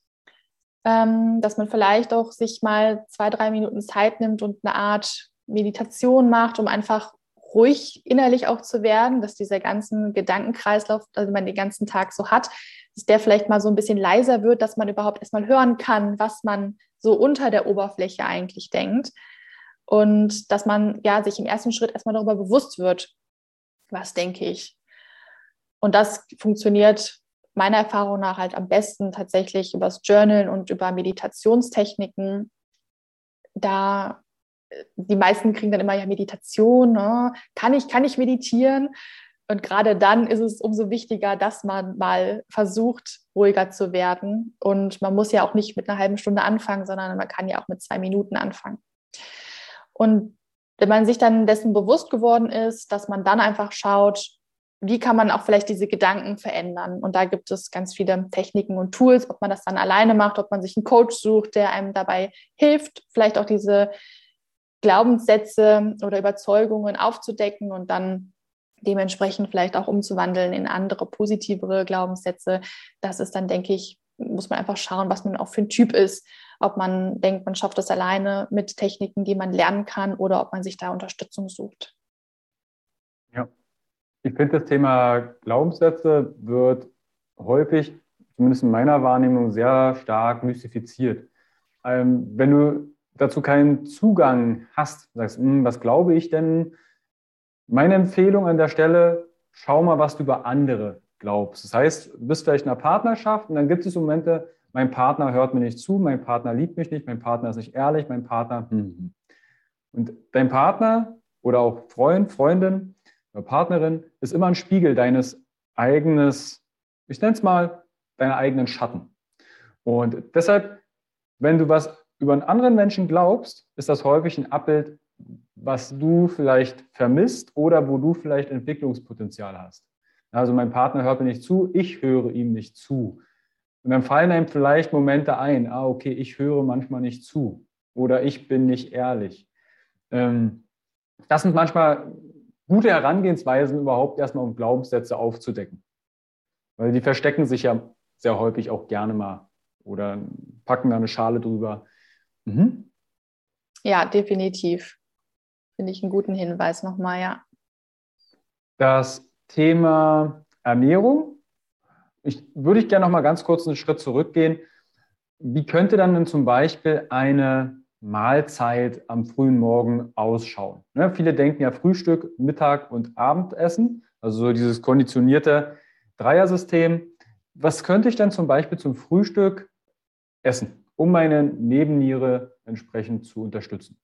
Ähm, dass man vielleicht auch sich mal zwei, drei Minuten Zeit nimmt und eine Art Meditation macht, um einfach ruhig innerlich auch zu werden, dass dieser ganzen Gedankenkreislauf, also man den ganzen Tag so hat, dass der vielleicht mal so ein bisschen leiser wird, dass man überhaupt erstmal hören kann, was man so unter der Oberfläche eigentlich denkt. Und dass man ja sich im ersten Schritt erstmal darüber bewusst wird, was denke ich. Und das funktioniert meiner Erfahrung nach halt am besten tatsächlich übers Journalen und über Meditationstechniken. Da die meisten kriegen dann immer ja Meditation, ne? Kann ich, kann ich meditieren? Und gerade dann ist es umso wichtiger, dass man mal versucht, ruhiger zu werden. Und man muss ja auch nicht mit einer halben Stunde anfangen, sondern man kann ja auch mit zwei Minuten anfangen. Und wenn man sich dann dessen bewusst geworden ist, dass man dann einfach schaut, wie kann man auch vielleicht diese Gedanken verändern? Und da gibt es ganz viele Techniken und Tools, ob man das dann alleine macht, ob man sich einen Coach sucht, der einem dabei hilft, vielleicht auch diese Glaubenssätze oder Überzeugungen aufzudecken und dann dementsprechend vielleicht auch umzuwandeln in andere, positivere Glaubenssätze. Das ist dann, denke ich, muss man einfach schauen, was man auch für ein Typ ist. Ob man denkt, man schafft das alleine mit Techniken, die man lernen kann, oder ob man sich da Unterstützung sucht. Ja, ich finde, das Thema Glaubenssätze wird häufig, zumindest in meiner Wahrnehmung, sehr stark mystifiziert. Ähm, wenn du dazu keinen Zugang hast, sagst, was glaube ich denn? Meine Empfehlung an der Stelle, schau mal, was du über andere glaubst. Das heißt, du bist vielleicht in einer Partnerschaft und dann gibt es Momente, mein Partner hört mir nicht zu, mein Partner liebt mich nicht, mein Partner ist nicht ehrlich, mein Partner, hm. Und dein Partner oder auch Freund, Freundin oder Partnerin ist immer ein Spiegel deines eigenes, ich nenne es mal, deiner eigenen Schatten. Und deshalb, wenn du was über einen anderen Menschen glaubst, ist das häufig ein Abbild, was du vielleicht vermisst oder wo du vielleicht Entwicklungspotenzial hast. Also mein Partner hört mir nicht zu, ich höre ihm nicht zu. Und dann fallen einem vielleicht Momente ein, ah, okay, ich höre manchmal nicht zu oder ich bin nicht ehrlich. Ähm, das sind manchmal gute Herangehensweisen, überhaupt erstmal um Glaubenssätze aufzudecken. Weil die verstecken sich ja sehr häufig auch gerne mal oder packen da eine Schale drüber. Mhm. Ja, definitiv. Finde ich einen guten Hinweis nochmal, ja. Das Thema Ernährung. Ich würde ich gerne noch mal ganz kurz einen Schritt zurückgehen. Wie könnte dann denn zum Beispiel eine Mahlzeit am frühen Morgen ausschauen? Ne, viele denken ja Frühstück, Mittag und Abendessen, also so dieses konditionierte Dreiersystem. Was könnte ich dann zum Beispiel zum Frühstück essen, um meine Nebenniere entsprechend zu unterstützen?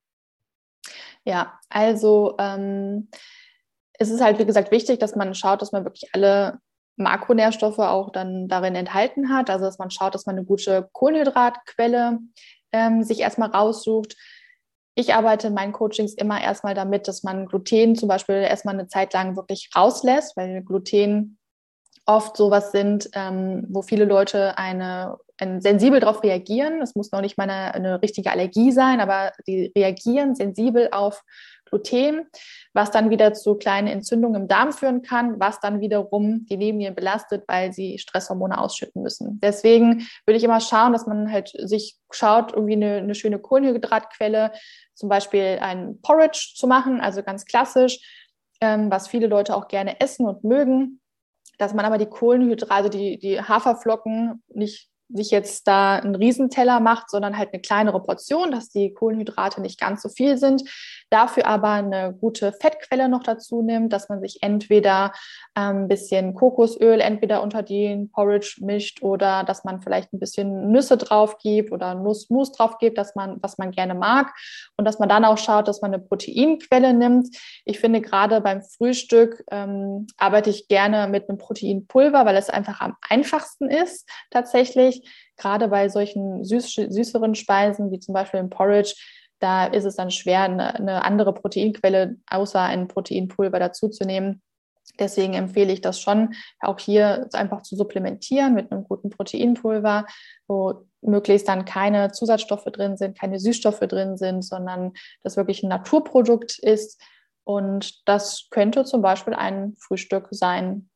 Ja, also ähm, es ist halt, wie gesagt, wichtig, dass man schaut, dass man wirklich alle Makronährstoffe auch dann darin enthalten hat. Also dass man schaut, dass man eine gute Kohlenhydratquelle ähm, sich erstmal raussucht. Ich arbeite in meinen Coachings immer erstmal damit, dass man Gluten zum Beispiel erstmal eine Zeit lang wirklich rauslässt, weil Gluten oft sowas sind, ähm, wo viele Leute eine, ein, sensibel darauf reagieren. Es muss noch nicht mal eine, eine richtige Allergie sein, aber die reagieren sensibel auf Gluten, was dann wieder zu kleinen Entzündungen im Darm führen kann, was dann wiederum die Nebennieren belastet, weil sie Stresshormone ausschütten müssen. Deswegen würde ich immer schauen, dass man halt sich schaut, irgendwie eine, eine schöne Kohlenhydratquelle, zum Beispiel ein Porridge zu machen, also ganz klassisch, ähm, was viele Leute auch gerne essen und mögen, dass man aber die Kohlenhydrate, also die, die Haferflocken nicht sich jetzt da einen Riesenteller macht, sondern halt eine kleinere Portion, dass die Kohlenhydrate nicht ganz so viel sind, dafür aber eine gute Fettquelle noch dazu nimmt, dass man sich entweder ein bisschen Kokosöl entweder unter den Porridge mischt oder dass man vielleicht ein bisschen Nüsse drauf gibt oder Nussmus drauf gibt, dass man, was man gerne mag und dass man dann auch schaut, dass man eine Proteinquelle nimmt. Ich finde, gerade beim Frühstück ähm, arbeite ich gerne mit einem Proteinpulver, weil es einfach am einfachsten ist tatsächlich. Gerade bei solchen süß, süßeren Speisen, wie zum Beispiel im Porridge, da ist es dann schwer, eine, eine andere Proteinquelle außer ein Proteinpulver dazuzunehmen. Deswegen empfehle ich das schon, auch hier einfach zu supplementieren mit einem guten Proteinpulver, wo möglichst dann keine Zusatzstoffe drin sind, keine Süßstoffe drin sind, sondern das wirklich ein Naturprodukt ist. Und das könnte zum Beispiel ein Frühstück sein.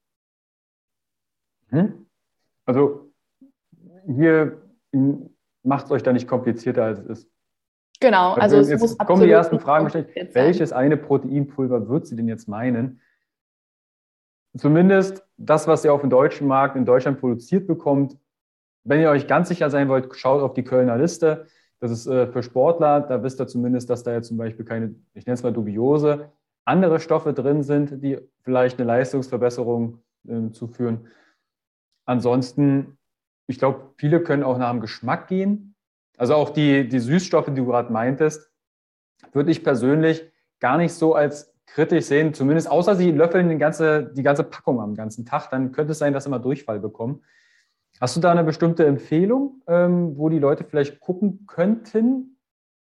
Also hier macht es euch da nicht komplizierter, als es ist. Genau, also, also es jetzt muss kommen die ersten Fragen wahrscheinlich. Welches eine Proteinpulver wird sie denn jetzt meinen? Zumindest das, was ihr auf dem deutschen Markt in Deutschland produziert bekommt. Wenn ihr euch ganz sicher sein wollt, schaut auf die Kölner Liste. Das ist äh, für Sportler. Da wisst ihr zumindest, dass da ja zum Beispiel keine, ich nenne es mal dubiose, andere Stoffe drin sind, die vielleicht eine Leistungsverbesserung äh, zuführen. Ansonsten, ich glaube, viele können auch nach dem Geschmack gehen. Also auch die, die Süßstoffe, die du gerade meintest, würde ich persönlich gar nicht so als kritisch sehen, zumindest außer sie löffeln die ganze, die ganze Packung am ganzen Tag, dann könnte es sein, dass sie mal Durchfall bekommen. Hast du da eine bestimmte Empfehlung, ähm, wo die Leute vielleicht gucken könnten?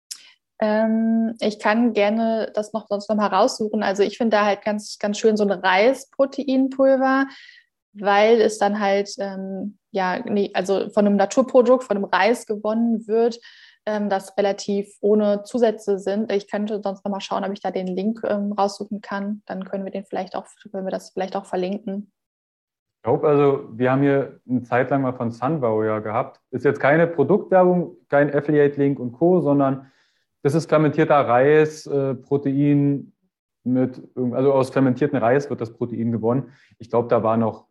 Ähm, ich kann gerne das noch sonst noch mal raussuchen. Also ich finde da halt ganz, ganz schön so ein Reisproteinpulver, weil es dann halt ähm, ja, nee, also von einem Naturprodukt, von einem Reis gewonnen wird, ähm, das relativ ohne Zusätze sind. Ich könnte sonst noch mal schauen, ob ich da den Link ähm, raussuchen kann. Dann können wir den vielleicht auch, können wir das vielleicht auch verlinken. Ich glaube, also wir haben hier eine Zeit lang mal von Sunvow ja gehabt. Ist jetzt keine Produktwerbung, kein Affiliate-Link und Co., sondern das ist fermentierter Reis, äh, Protein mit, also aus fermentiertem Reis wird das Protein gewonnen. Ich glaube, da war noch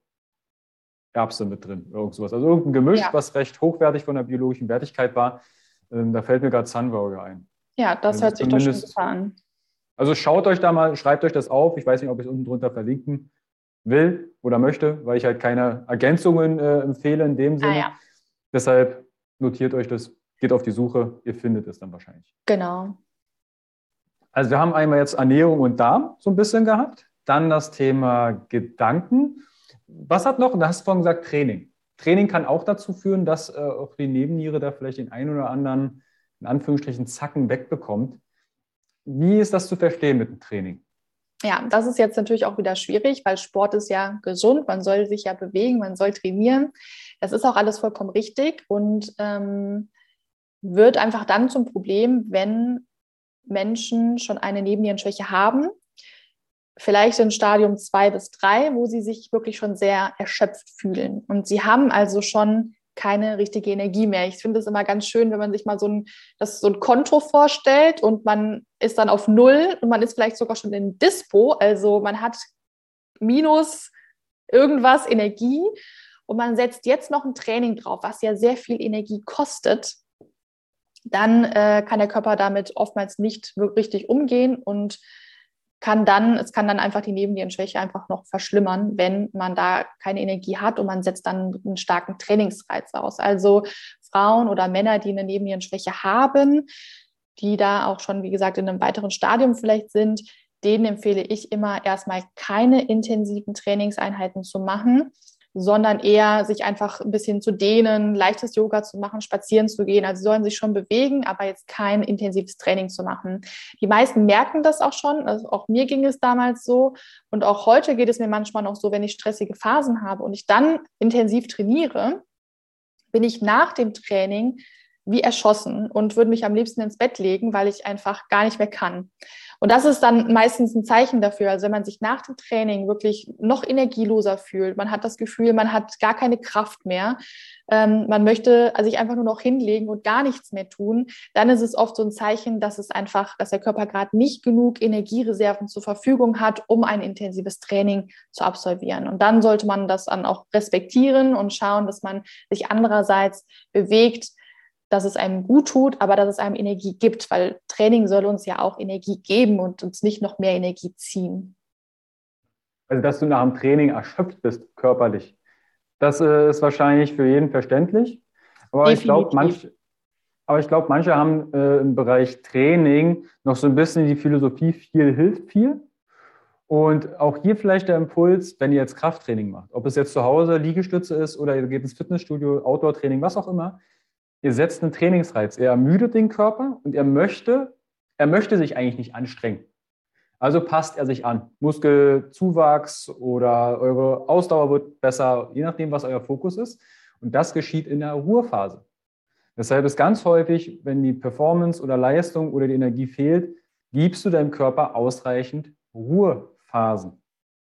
Erbse mit drin, irgend sowas. Also irgendein Gemisch, ja, was recht hochwertig von der biologischen Wertigkeit war. Ähm, da fällt mir gerade Sunvow ein. Ja, das also hört sich doch schon super an. Also schaut euch da mal, schreibt euch das auf. Ich weiß nicht, ob ich es unten drunter verlinken will oder möchte, weil ich halt keine Ergänzungen äh, empfehle in dem Sinne. Ah, ja. Deshalb notiert euch das, geht auf die Suche, ihr findet es dann wahrscheinlich. Genau. Also wir haben einmal jetzt Ernährung und Darm so ein bisschen gehabt, dann das Thema Gedanken. Was hat noch, da hast du vorhin gesagt, Training. Training kann auch dazu führen, dass äh, auch die Nebenniere da vielleicht den einen oder anderen, in Anführungsstrichen, Zacken wegbekommt. Wie ist das zu verstehen mit dem Training? Ja, das ist jetzt natürlich auch wieder schwierig, weil Sport ist ja gesund, man soll sich ja bewegen, man soll trainieren. Das ist auch alles vollkommen richtig und ähm, wird einfach dann zum Problem, wenn Menschen schon eine Nebennierenschwäche haben, vielleicht in Stadium zwei bis drei, wo sie sich wirklich schon sehr erschöpft fühlen. Und sie haben also schon keine richtige Energie mehr. Ich finde es immer ganz schön, wenn man sich mal so ein, das so ein Konto vorstellt und man ist dann auf Null und man ist vielleicht sogar schon in Dispo, also man hat minus irgendwas Energie und man setzt jetzt noch ein Training drauf, was ja sehr viel Energie kostet, dann äh, kann der Körper damit oftmals nicht wirklich richtig umgehen und kann dann, es kann dann einfach die Nebennierenschwäche einfach noch verschlimmern, wenn man da keine Energie hat und man setzt dann einen starken Trainingsreiz aus. Also Frauen oder Männer, die eine Nebennierenschwäche haben, die da auch schon, wie gesagt, in einem weiteren Stadium vielleicht sind, denen empfehle ich immer erstmal keine intensiven Trainingseinheiten zu machen, sondern eher sich einfach ein bisschen zu dehnen, leichtes Yoga zu machen, spazieren zu gehen. Also sie sollen sich schon bewegen, aber jetzt kein intensives Training zu machen. Die meisten merken das auch schon. Also auch mir ging es damals so. Und auch heute geht es mir manchmal noch so, wenn ich stressige Phasen habe und ich dann intensiv trainiere, bin ich nach dem Training wie erschossen und würde mich am liebsten ins Bett legen, weil ich einfach gar nicht mehr kann. Und das ist dann meistens ein Zeichen dafür, also wenn man sich nach dem Training wirklich noch energieloser fühlt, man hat das Gefühl, man hat gar keine Kraft mehr, ähm, man möchte sich einfach nur noch hinlegen und gar nichts mehr tun, dann ist es oft so ein Zeichen, dass es einfach, dass der Körper gerade nicht genug Energiereserven zur Verfügung hat, um ein intensives Training zu absolvieren. Und dann sollte man das dann auch respektieren und schauen, dass man sich andererseits bewegt, dass es einem gut tut, aber dass es einem Energie gibt, weil Training soll uns ja auch Energie geben und uns nicht noch mehr Energie ziehen. Also, dass du nach dem Training erschöpft bist, körperlich. Das äh, ist wahrscheinlich für jeden verständlich. Aber ich glaube, Definitiv. manch, aber ich glaube, manche haben äh, im Bereich Training noch so ein bisschen die Philosophie, viel hilft viel. Und auch hier vielleicht der Impuls, wenn ihr jetzt Krafttraining macht, ob es jetzt zu Hause Liegestütze ist oder ihr geht ins Fitnessstudio, Outdoor-Training, was auch immer, ihr setzt einen Trainingsreiz. Er ermüdet den Körper und er möchte, er möchte sich eigentlich nicht anstrengen. Also passt er sich an. Muskelzuwachs oder eure Ausdauer wird besser, je nachdem, was euer Fokus ist. Und das geschieht in der Ruhephase. Deshalb ist ganz häufig, wenn die Performance oder Leistung oder die Energie fehlt, gibst du deinem Körper ausreichend Ruhephasen.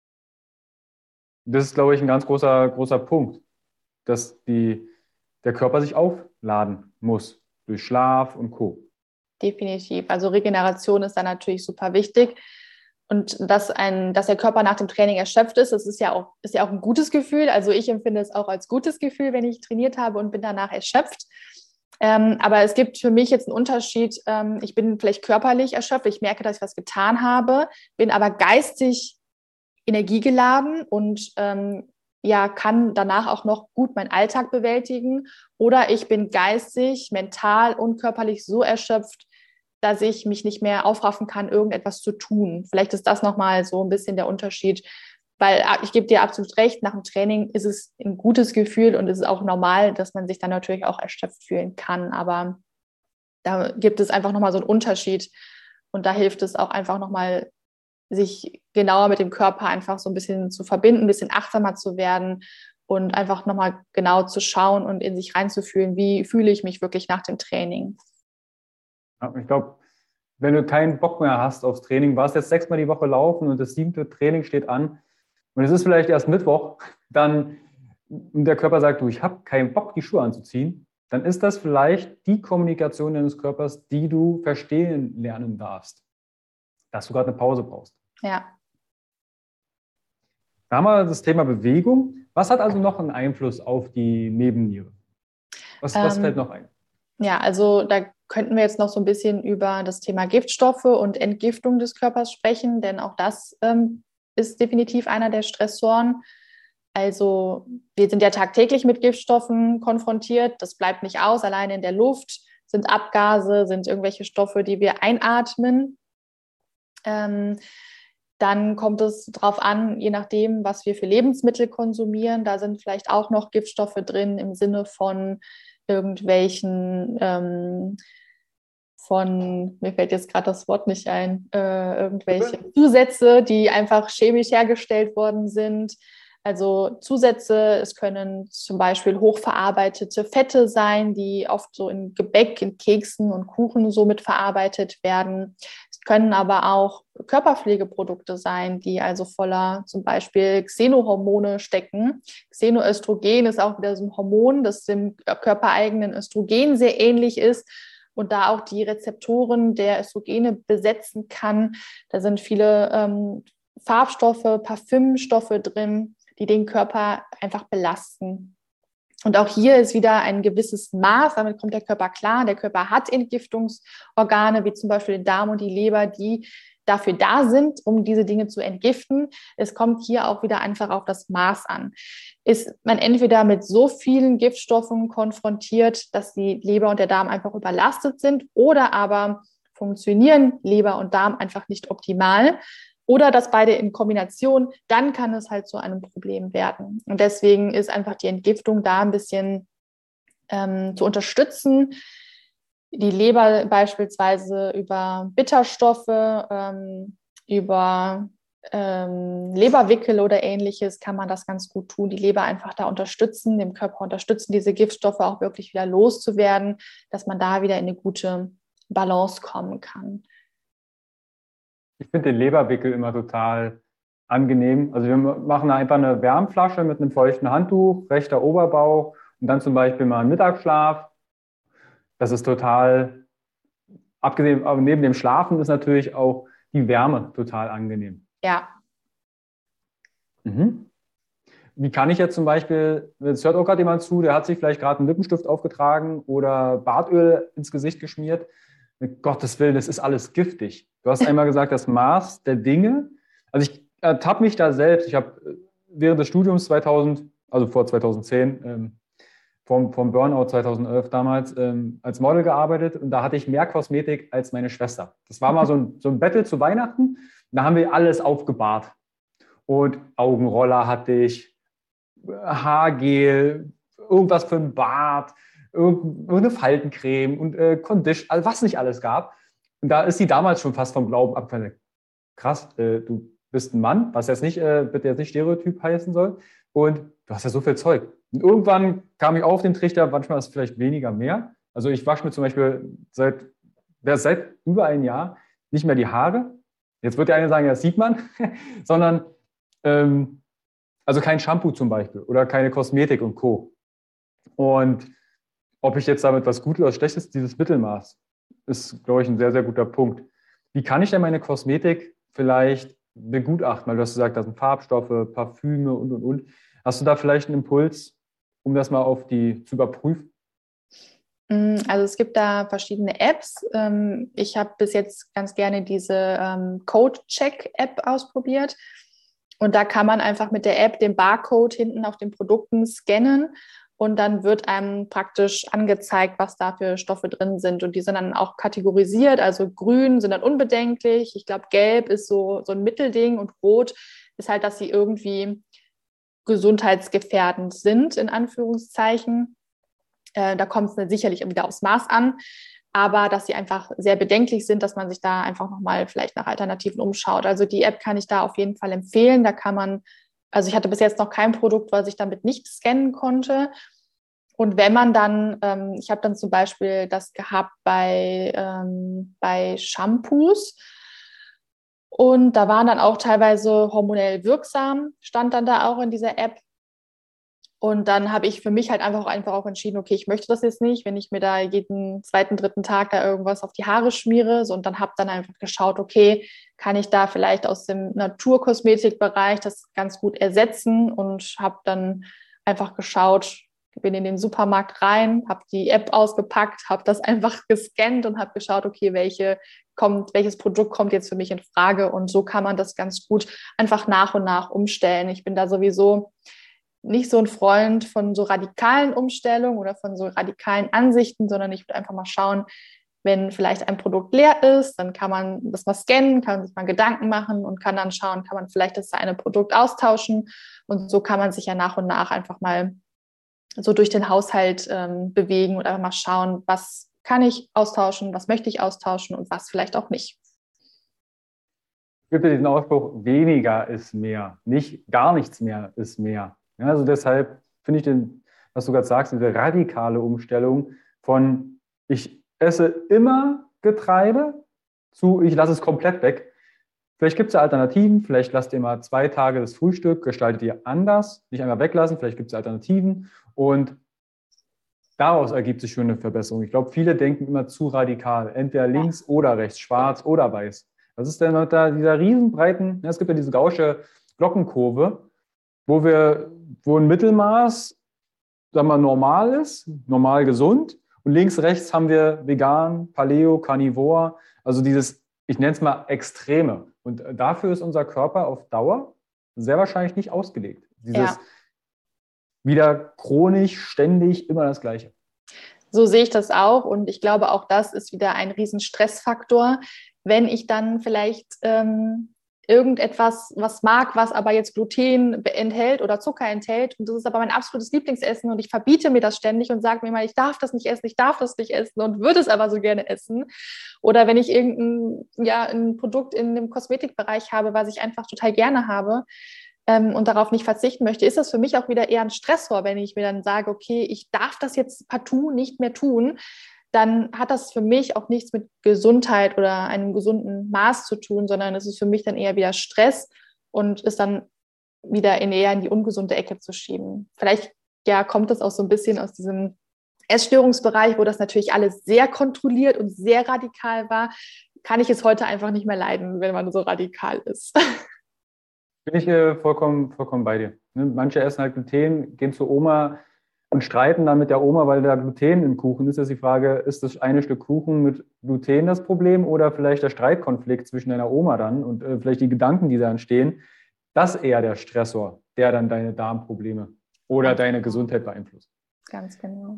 Das ist, glaube ich, ein ganz großer, großer Punkt, dass die, der Körper sich aufladen muss durch Schlaf und Co. Definitiv. Also Regeneration ist da natürlich super wichtig. Und dass, ein, dass der Körper nach dem Training erschöpft ist, das ist ja, auch, ist ja auch ein gutes Gefühl. Also ich empfinde es auch als gutes Gefühl, wenn ich trainiert habe und bin danach erschöpft. Ähm, aber es gibt für mich jetzt einen Unterschied. Ähm, ich bin vielleicht körperlich erschöpft, ich merke, dass ich was getan habe, bin aber geistig energiegeladen und ähm, ja, kann danach auch noch gut meinen Alltag bewältigen. Oder ich bin geistig, mental und körperlich so erschöpft, dass ich mich nicht mehr aufraffen kann, irgendetwas zu tun. Vielleicht ist das nochmal so ein bisschen der Unterschied, weil ich gebe dir absolut recht, nach dem Training ist es ein gutes Gefühl und es ist auch normal, dass man sich dann natürlich auch erschöpft fühlen kann. Aber da gibt es einfach nochmal so einen Unterschied und da hilft es auch einfach nochmal, sich genauer mit dem Körper einfach so ein bisschen zu verbinden, ein bisschen achtsamer zu werden und einfach nochmal genau zu schauen und in sich reinzufühlen, wie fühle ich mich wirklich nach dem Training. Ja, ich glaube, wenn du keinen Bock mehr hast aufs Training, warst jetzt sechsmal die Woche laufen und das siebte Training steht an und es ist vielleicht erst Mittwoch, dann und der Körper sagt, du, ich habe keinen Bock, die Schuhe anzuziehen, dann ist das vielleicht die Kommunikation deines Körpers, die du verstehen lernen darfst, dass du gerade eine Pause brauchst. Ja. Da haben wir das Thema Bewegung. Was hat also noch einen Einfluss auf die Nebenniere? Was, was fällt Ähm, noch ein? ja, also da könnten wir jetzt noch so ein bisschen über das Thema Giftstoffe und Entgiftung des Körpers sprechen, denn auch das ähm, ist definitiv einer der Stressoren. Also wir sind ja tagtäglich mit Giftstoffen konfrontiert. Das bleibt nicht aus. Alleine in der Luft sind Abgase, sind irgendwelche Stoffe, die wir einatmen. Ähm, Dann kommt es darauf an, je nachdem, was wir für Lebensmittel konsumieren. Da sind vielleicht auch noch Giftstoffe drin im Sinne von irgendwelchen, ähm, von, mir fällt jetzt gerade das Wort nicht ein, äh, irgendwelche Zusätze, die einfach chemisch hergestellt worden sind. Also Zusätze, es können zum Beispiel hochverarbeitete Fette sein, die oft so in Gebäck, in Keksen und Kuchen so mit verarbeitet werden. Es können aber auch Körperpflegeprodukte sein, die also voller zum Beispiel Xenohormone stecken. Xenoöstrogen ist auch wieder so ein Hormon, das dem körpereigenen Östrogen sehr ähnlich ist und da auch die Rezeptoren der Östrogene besetzen kann. Da sind viele ähm, Farbstoffe, Parfümstoffe drin, die den Körper einfach belasten. Und auch hier ist wieder ein gewisses Maß, damit kommt der Körper klar. Der Körper hat Entgiftungsorgane, wie zum Beispiel den Darm und die Leber, die dafür da sind, um diese Dinge zu entgiften. Es kommt hier auch wieder einfach auf das Maß an. Ist man entweder mit so vielen Giftstoffen konfrontiert, dass die Leber und der Darm einfach überlastet sind, oder aber funktionieren Leber und Darm einfach nicht optimal, oder das beide in Kombination, dann kann es halt zu einem Problem werden. Und deswegen ist einfach die Entgiftung da ein bisschen ähm, zu unterstützen. Die Leber beispielsweise über Bitterstoffe, ähm, über ähm, Leberwickel oder ähnliches kann man das ganz gut tun. Die Leber einfach da unterstützen, dem Körper unterstützen, diese Giftstoffe auch wirklich wieder loszuwerden, dass man da wieder in eine gute Balance kommen kann. Ich finde den Leberwickel immer total angenehm. Also wir machen einfach eine Wärmflasche mit einem feuchten Handtuch, rechter Oberbauch und dann zum Beispiel mal einen Mittagsschlaf. Das ist total, abgesehen, aber neben dem Schlafen ist natürlich auch die Wärme total angenehm. Ja. Mhm. wie kann ich jetzt zum Beispiel, es hört auch gerade jemand zu, der hat sich vielleicht gerade einen Lippenstift aufgetragen oder Bartöl ins Gesicht geschmiert. Mit Gottes Willen, das ist alles giftig. Du hast einmal gesagt, das Maß der Dinge. Also ich ertappe mich da selbst. Ich habe während des Studiums zweitausend, also vor zweitausendzehn, ähm, vom, vom Burnout zweitausendelf damals ähm, als Model gearbeitet und da hatte ich mehr Kosmetik als meine Schwester. Das war mal so ein, so ein Battle zu Weihnachten. Da haben wir alles aufgebahrt. Und Augenroller hatte ich, Haargel, irgendwas für den Bart, irgendeine Faltencreme und äh, Condition, also was nicht alles gab. Und da ist sie damals schon fast vom Glauben abgefallen. Krass, äh, du bist ein Mann, was jetzt nicht, äh, bitte jetzt nicht Stereotyp heißen soll. Und du hast ja so viel Zeug. Und irgendwann kam ich auf den Trichter, manchmal ist es vielleicht weniger mehr. Also ich wasche mir zum Beispiel seit, seit über ein Jahr nicht mehr die Haare. Jetzt wird der eine sagen, ja, das sieht man, sondern ähm, also kein Shampoo zum Beispiel oder keine Kosmetik und Co. Und ob ich jetzt damit was Gutes oder Schlechtes, dieses Mittelmaß, ist, glaube ich, ein sehr, sehr guter Punkt. Wie kann ich denn meine Kosmetik vielleicht begutachten? Weil du hast gesagt, da sind Farbstoffe, Parfüme und, und, und. Hast du da vielleicht einen Impuls, um das mal auf die zu überprüfen? Also es gibt da verschiedene Apps. Ich habe bis jetzt ganz gerne diese Code-Check-App ausprobiert. Und da kann man einfach mit der App den Barcode hinten auf den Produkten scannen und dann wird einem praktisch angezeigt, was da für Stoffe drin sind. Und die sind dann auch kategorisiert. Also grün sind dann unbedenklich. Ich glaube, gelb ist so, so ein Mittelding und rot ist halt, dass sie irgendwie gesundheitsgefährdend sind, in Anführungszeichen. Äh, da kommt es sicherlich wieder aufs Maß an. Aber dass sie einfach sehr bedenklich sind, dass man sich da einfach nochmal vielleicht nach Alternativen umschaut. Also die App kann ich da auf jeden Fall empfehlen. Da kann man, also ich hatte bis jetzt noch kein Produkt, was ich damit nicht scannen konnte. Und wenn man dann, ähm, ich habe dann zum Beispiel das gehabt bei, ähm, bei Shampoos und da waren dann auch teilweise hormonell wirksam, stand dann da auch in dieser App. Und dann habe ich für mich halt einfach, einfach auch entschieden, okay, ich möchte das jetzt nicht, wenn ich mir da jeden zweiten, dritten Tag da irgendwas auf die Haare schmiere. So, und dann habe dann einfach geschaut, okay, kann ich da vielleicht aus dem Naturkosmetikbereich das ganz gut ersetzen und habe dann einfach geschaut, bin in den Supermarkt rein, habe die App ausgepackt, habe das einfach gescannt und habe geschaut, okay, welche kommt, welches Produkt kommt jetzt für mich in Frage. Und so kann man das ganz gut einfach nach und nach umstellen. Ich bin da sowieso nicht so ein Freund von so radikalen Umstellungen oder von so radikalen Ansichten, sondern ich würde einfach mal schauen, wenn vielleicht ein Produkt leer ist, dann kann man das mal scannen, kann sich mal Gedanken machen und kann dann schauen, kann man vielleicht das eine Produkt austauschen. Und so kann man sich ja nach und nach einfach mal so durch den Haushalt ähm, bewegen und einfach mal schauen, was kann ich austauschen, was möchte ich austauschen und was vielleicht auch nicht. Es gibt ja diesen Ausspruch, weniger ist mehr, nicht gar nichts mehr ist mehr. Ja, also deshalb finde ich den, was du gerade sagst, diese radikale Umstellung von ich esse immer Getreide zu ich lasse es komplett weg. Vielleicht gibt es ja Alternativen, vielleicht lasst ihr mal zwei Tage das Frühstück, gestaltet ihr anders, nicht einmal weglassen, vielleicht gibt es Alternativen und daraus ergibt sich schon eine Verbesserung. Ich glaube, viele denken immer zu radikal, entweder links oder rechts, schwarz oder weiß. Das ist dann da dieser riesenbreiten, ja, es gibt ja diese gausche Glockenkurve, wo wir, wo ein Mittelmaß, sagen wir, normal ist, normal gesund und links, rechts haben wir vegan, Paleo, Carnivore, also dieses, ich nenne es mal Extreme. Und dafür ist unser Körper auf Dauer sehr wahrscheinlich nicht ausgelegt. Dieses ja. wieder chronisch, ständig, immer das Gleiche. So sehe ich das auch und ich glaube, auch das ist wieder ein riesen Stressfaktor, wenn ich dann vielleicht ähm, irgendetwas was mag, was aber jetzt Gluten enthält oder Zucker enthält und das ist aber mein absolutes Lieblingsessen und ich verbiete mir das ständig und sage mir mal, ich darf das nicht essen, ich darf das nicht essen und würde es aber so gerne essen. Oder wenn ich irgendein ja, ein Produkt in dem Kosmetikbereich habe, was ich einfach total gerne habe ähm, und darauf nicht verzichten möchte, ist das für mich auch wieder eher ein Stressor, wenn ich mir dann sage, okay, ich darf das jetzt partout nicht mehr tun, dann hat das für mich auch nichts mit Gesundheit oder einem gesunden Maß zu tun, sondern es ist für mich dann eher wieder Stress und ist dann wieder in eher in die ungesunde Ecke zu schieben. Vielleicht ja, kommt das auch so ein bisschen aus diesem Essstörungsbereich, wo das natürlich alles sehr kontrolliert und sehr radikal war, kann ich es heute einfach nicht mehr leiden, wenn man so radikal ist. Bin ich äh, vollkommen, vollkommen bei dir. Ne? Manche essen halt Gluten, gehen zur Oma und streiten dann mit der Oma, weil da Gluten im Kuchen ist. Das ist die Frage, ist das eine Stück Kuchen mit Gluten das Problem oder vielleicht der Streitkonflikt zwischen deiner Oma dann und äh, vielleicht die Gedanken, die da entstehen, das eher der Stressor, der dann deine Darmprobleme oder Ganz deine genau. Gesundheit beeinflusst. Ganz genau.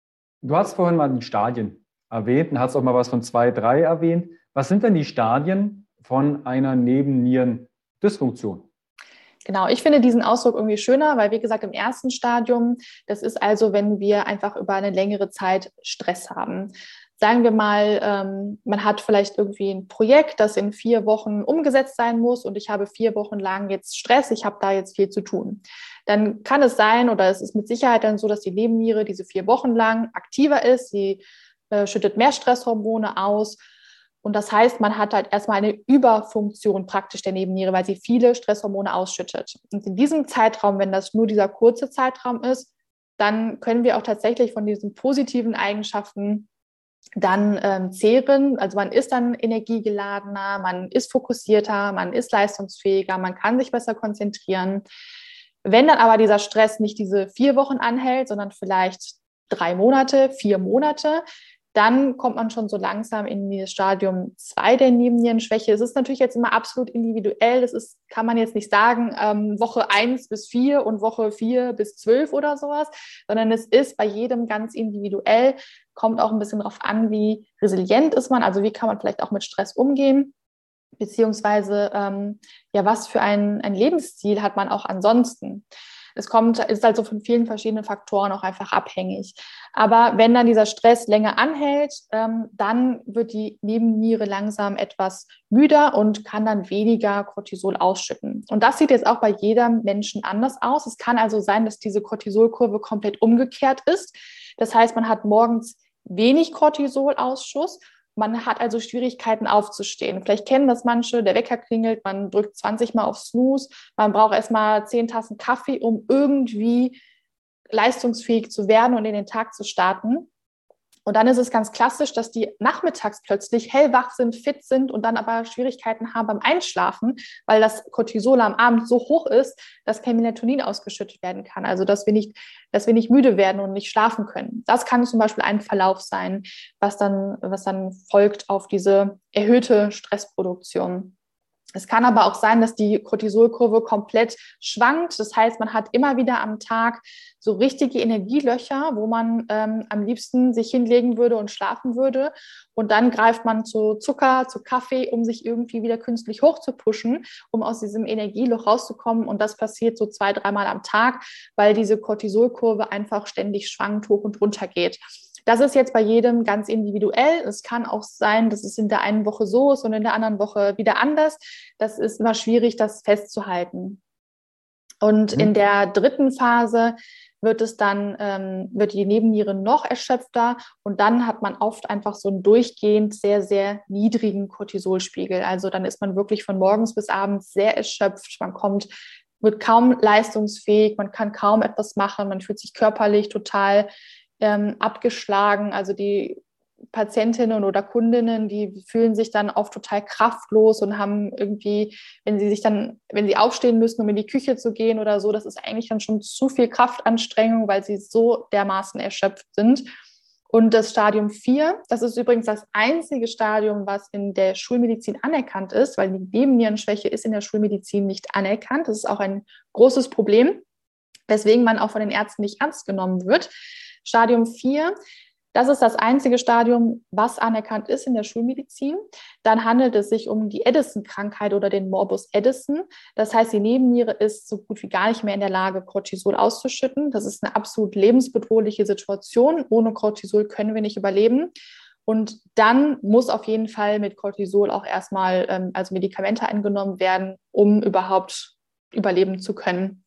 Du hast vorhin mal die Stadien erwähnt und hast auch mal was von zwei, drei erwähnt. Was sind denn die Stadien von einer Nebennierendysfunktion? Genau, ich finde diesen Ausdruck irgendwie schöner, weil wie gesagt, im ersten Stadium, das ist also, wenn wir einfach über eine längere Zeit Stress haben. Sagen wir mal, ähm, man hat vielleicht irgendwie ein Projekt, das in vier Wochen umgesetzt sein muss und ich habe vier Wochen lang jetzt Stress, ich habe da jetzt viel zu tun. Dann kann es sein, oder es ist mit Sicherheit dann so, dass die Nebenniere diese vier Wochen lang aktiver ist, sie äh, schüttet mehr Stresshormone aus. Und das heißt, man hat halt erstmal eine Überfunktion praktisch der Nebenniere, weil sie viele Stresshormone ausschüttet. Und in diesem Zeitraum, wenn das nur dieser kurze Zeitraum ist, dann können wir auch tatsächlich von diesen positiven Eigenschaften dann ähm, zehren. Also man ist dann energiegeladener, man ist fokussierter, man ist leistungsfähiger, man kann sich besser konzentrieren. Wenn dann aber dieser Stress nicht diese vier Wochen anhält, sondern vielleicht drei Monate, vier Monate, dann kommt man schon so langsam in das Stadium zwei der Nebennierenschwäche. Es ist natürlich jetzt immer absolut individuell. Das ist, kann man jetzt nicht sagen, ähm, Woche eins bis vier und Woche vier bis zwölf oder sowas, sondern es ist bei jedem ganz individuell. Kommt auch ein bisschen darauf an, wie resilient ist man, also wie kann man vielleicht auch mit Stress umgehen, beziehungsweise ähm, ja, was für ein, ein Lebensstil hat man auch ansonsten. Es kommt, ist also von vielen verschiedenen Faktoren auch einfach abhängig. Aber wenn dann dieser Stress länger anhält, ähm, dann wird die Nebenniere langsam etwas müder und kann dann weniger Cortisol ausschütten. Und das sieht jetzt auch bei jedem Menschen anders aus. Es kann also sein, dass diese Cortisolkurve komplett umgekehrt ist. Das heißt, man hat morgens wenig Cortisolausschuss. Man hat also Schwierigkeiten aufzustehen. Vielleicht kennen das manche, der Wecker klingelt, man drückt zwanzig Mal auf Snooze, man braucht erstmal zehn Tassen Kaffee, um irgendwie leistungsfähig zu werden und in den Tag zu starten. Und dann ist es ganz klassisch, dass die nachmittags plötzlich hellwach sind, fit sind und dann aber Schwierigkeiten haben beim Einschlafen, weil das Cortisol am Abend so hoch ist, dass kein Melatonin ausgeschüttet werden kann. Also dass wir nicht, dass wir nicht müde werden und nicht schlafen können. Das kann zum Beispiel ein Verlauf sein, was dann, was dann folgt auf diese erhöhte Stressproduktion. Es kann aber auch sein, dass die Cortisolkurve komplett schwankt. Das heißt, man hat immer wieder am Tag so richtige Energielöcher, wo man ähm, am liebsten sich hinlegen würde und schlafen würde. Und dann greift man zu Zucker, zu Kaffee, um sich irgendwie wieder künstlich hochzupushen, um aus diesem Energieloch rauszukommen. Und das passiert so zwei, dreimal am Tag, weil diese Cortisolkurve einfach ständig schwankt, hoch und runter geht. Das ist jetzt bei jedem ganz individuell. Es kann auch sein, dass es in der einen Woche so ist und in der anderen Woche wieder anders. Das ist immer schwierig, das festzuhalten. Und mhm. in der dritten Phase wird es dann, ähm, wird die Nebenniere noch erschöpfter und dann hat man oft einfach so einen durchgehend sehr, sehr niedrigen Cortisolspiegel. Also dann ist man wirklich von morgens bis abends sehr erschöpft. Man kommt, wird kaum leistungsfähig, man kann kaum etwas machen, man fühlt sich körperlich total Ähm, abgeschlagen. Also die Patientinnen oder Kundinnen, die fühlen sich dann oft total kraftlos und haben irgendwie, wenn sie sich dann, wenn sie aufstehen müssen, um in die Küche zu gehen oder so, das ist eigentlich dann schon zu viel Kraftanstrengung, weil sie so dermaßen erschöpft sind. Und das Stadium vier, das ist übrigens das einzige Stadium, was in der Schulmedizin anerkannt ist, weil die Nebennierenschwäche ist in der Schulmedizin nicht anerkannt. Das ist auch ein großes Problem, weswegen man auch von den Ärzten nicht ernst genommen wird. Stadium vier, das ist das einzige Stadium, was anerkannt ist in der Schulmedizin. Dann handelt es sich um die Addison-Krankheit oder den Morbus Addison. Das heißt, die Nebenniere ist so gut wie gar nicht mehr in der Lage, Cortisol auszuschütten. Das ist eine absolut lebensbedrohliche Situation. Ohne Cortisol können wir nicht überleben. Und dann muss auf jeden Fall mit Cortisol auch erstmal ähm, also Medikamente eingenommen werden, um überhaupt überleben zu können.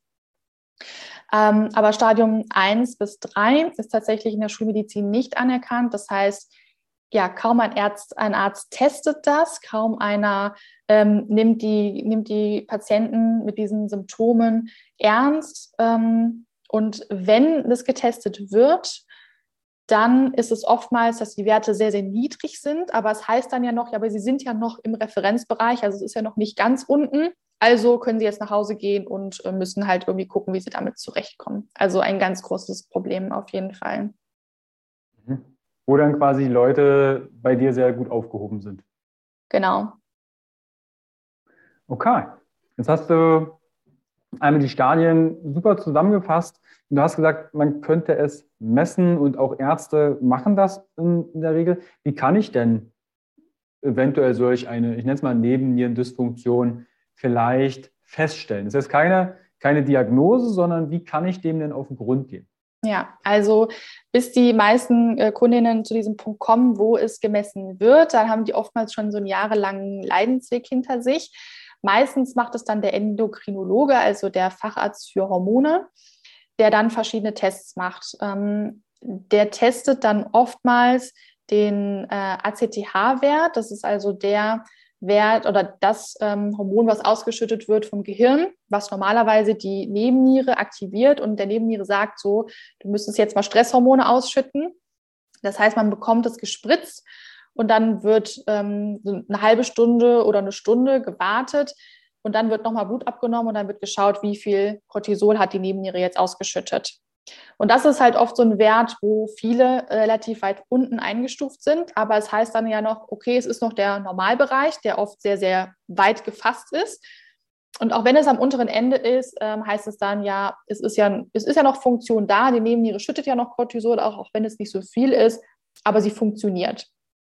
Ähm, aber Stadium eins bis drei ist tatsächlich in der Schulmedizin nicht anerkannt. Das heißt, ja, kaum ein Arzt, ein Arzt testet das, kaum einer ähm, nimmt, die, nimmt die Patienten mit diesen Symptomen ernst. Ähm, und wenn das getestet wird, dann ist es oftmals, dass die Werte sehr, sehr niedrig sind. Aber es heißt dann ja noch, ja, aber sie sind ja noch im Referenzbereich, also es ist ja noch nicht ganz unten. Also können sie jetzt nach Hause gehen und äh, müssen halt irgendwie gucken, wie sie damit zurechtkommen. Also ein ganz großes Problem auf jeden Fall. Mhm. Wo dann quasi Leute bei dir sehr gut aufgehoben sind. Genau. Okay, jetzt hast du einmal die Stadien super zusammengefasst. Du hast gesagt, man könnte es messen und auch Ärzte machen das in, in der Regel. Wie kann ich denn eventuell solch eine, ich nenne es mal Nebennierendysfunktion, vielleicht feststellen? Das ist jetzt keine, keine Diagnose, sondern wie kann ich dem denn auf den Grund gehen? Ja, also bis die meisten äh, Kundinnen zu diesem Punkt kommen, wo es gemessen wird, dann haben die oftmals schon so einen jahrelangen Leidensweg hinter sich. Meistens macht es dann der Endokrinologe, also der Facharzt für Hormone, der dann verschiedene Tests macht. Ähm, der testet dann oftmals den äh, A C T H-Wert. Das ist also der Wert oder das ähm, Hormon, was ausgeschüttet wird vom Gehirn, was normalerweise die Nebenniere aktiviert und der Nebenniere sagt so, du müsstest jetzt mal Stresshormone ausschütten. Das heißt, man bekommt es gespritzt und dann wird ähm, eine halbe Stunde oder eine Stunde gewartet und dann wird nochmal Blut abgenommen und dann wird geschaut, wie viel Cortisol hat die Nebenniere jetzt ausgeschüttet. Und das ist halt oft so ein Wert, wo viele relativ weit unten eingestuft sind. Aber es heißt dann ja noch, okay, es ist noch der Normalbereich, der oft sehr, sehr weit gefasst ist. Und auch wenn es am unteren Ende ist, ähm, heißt es dann ja, es ist ja, es ist ja noch Funktion da. Die Nebenniere schüttet ja noch Cortisol, auch, auch wenn es nicht so viel ist, aber sie funktioniert.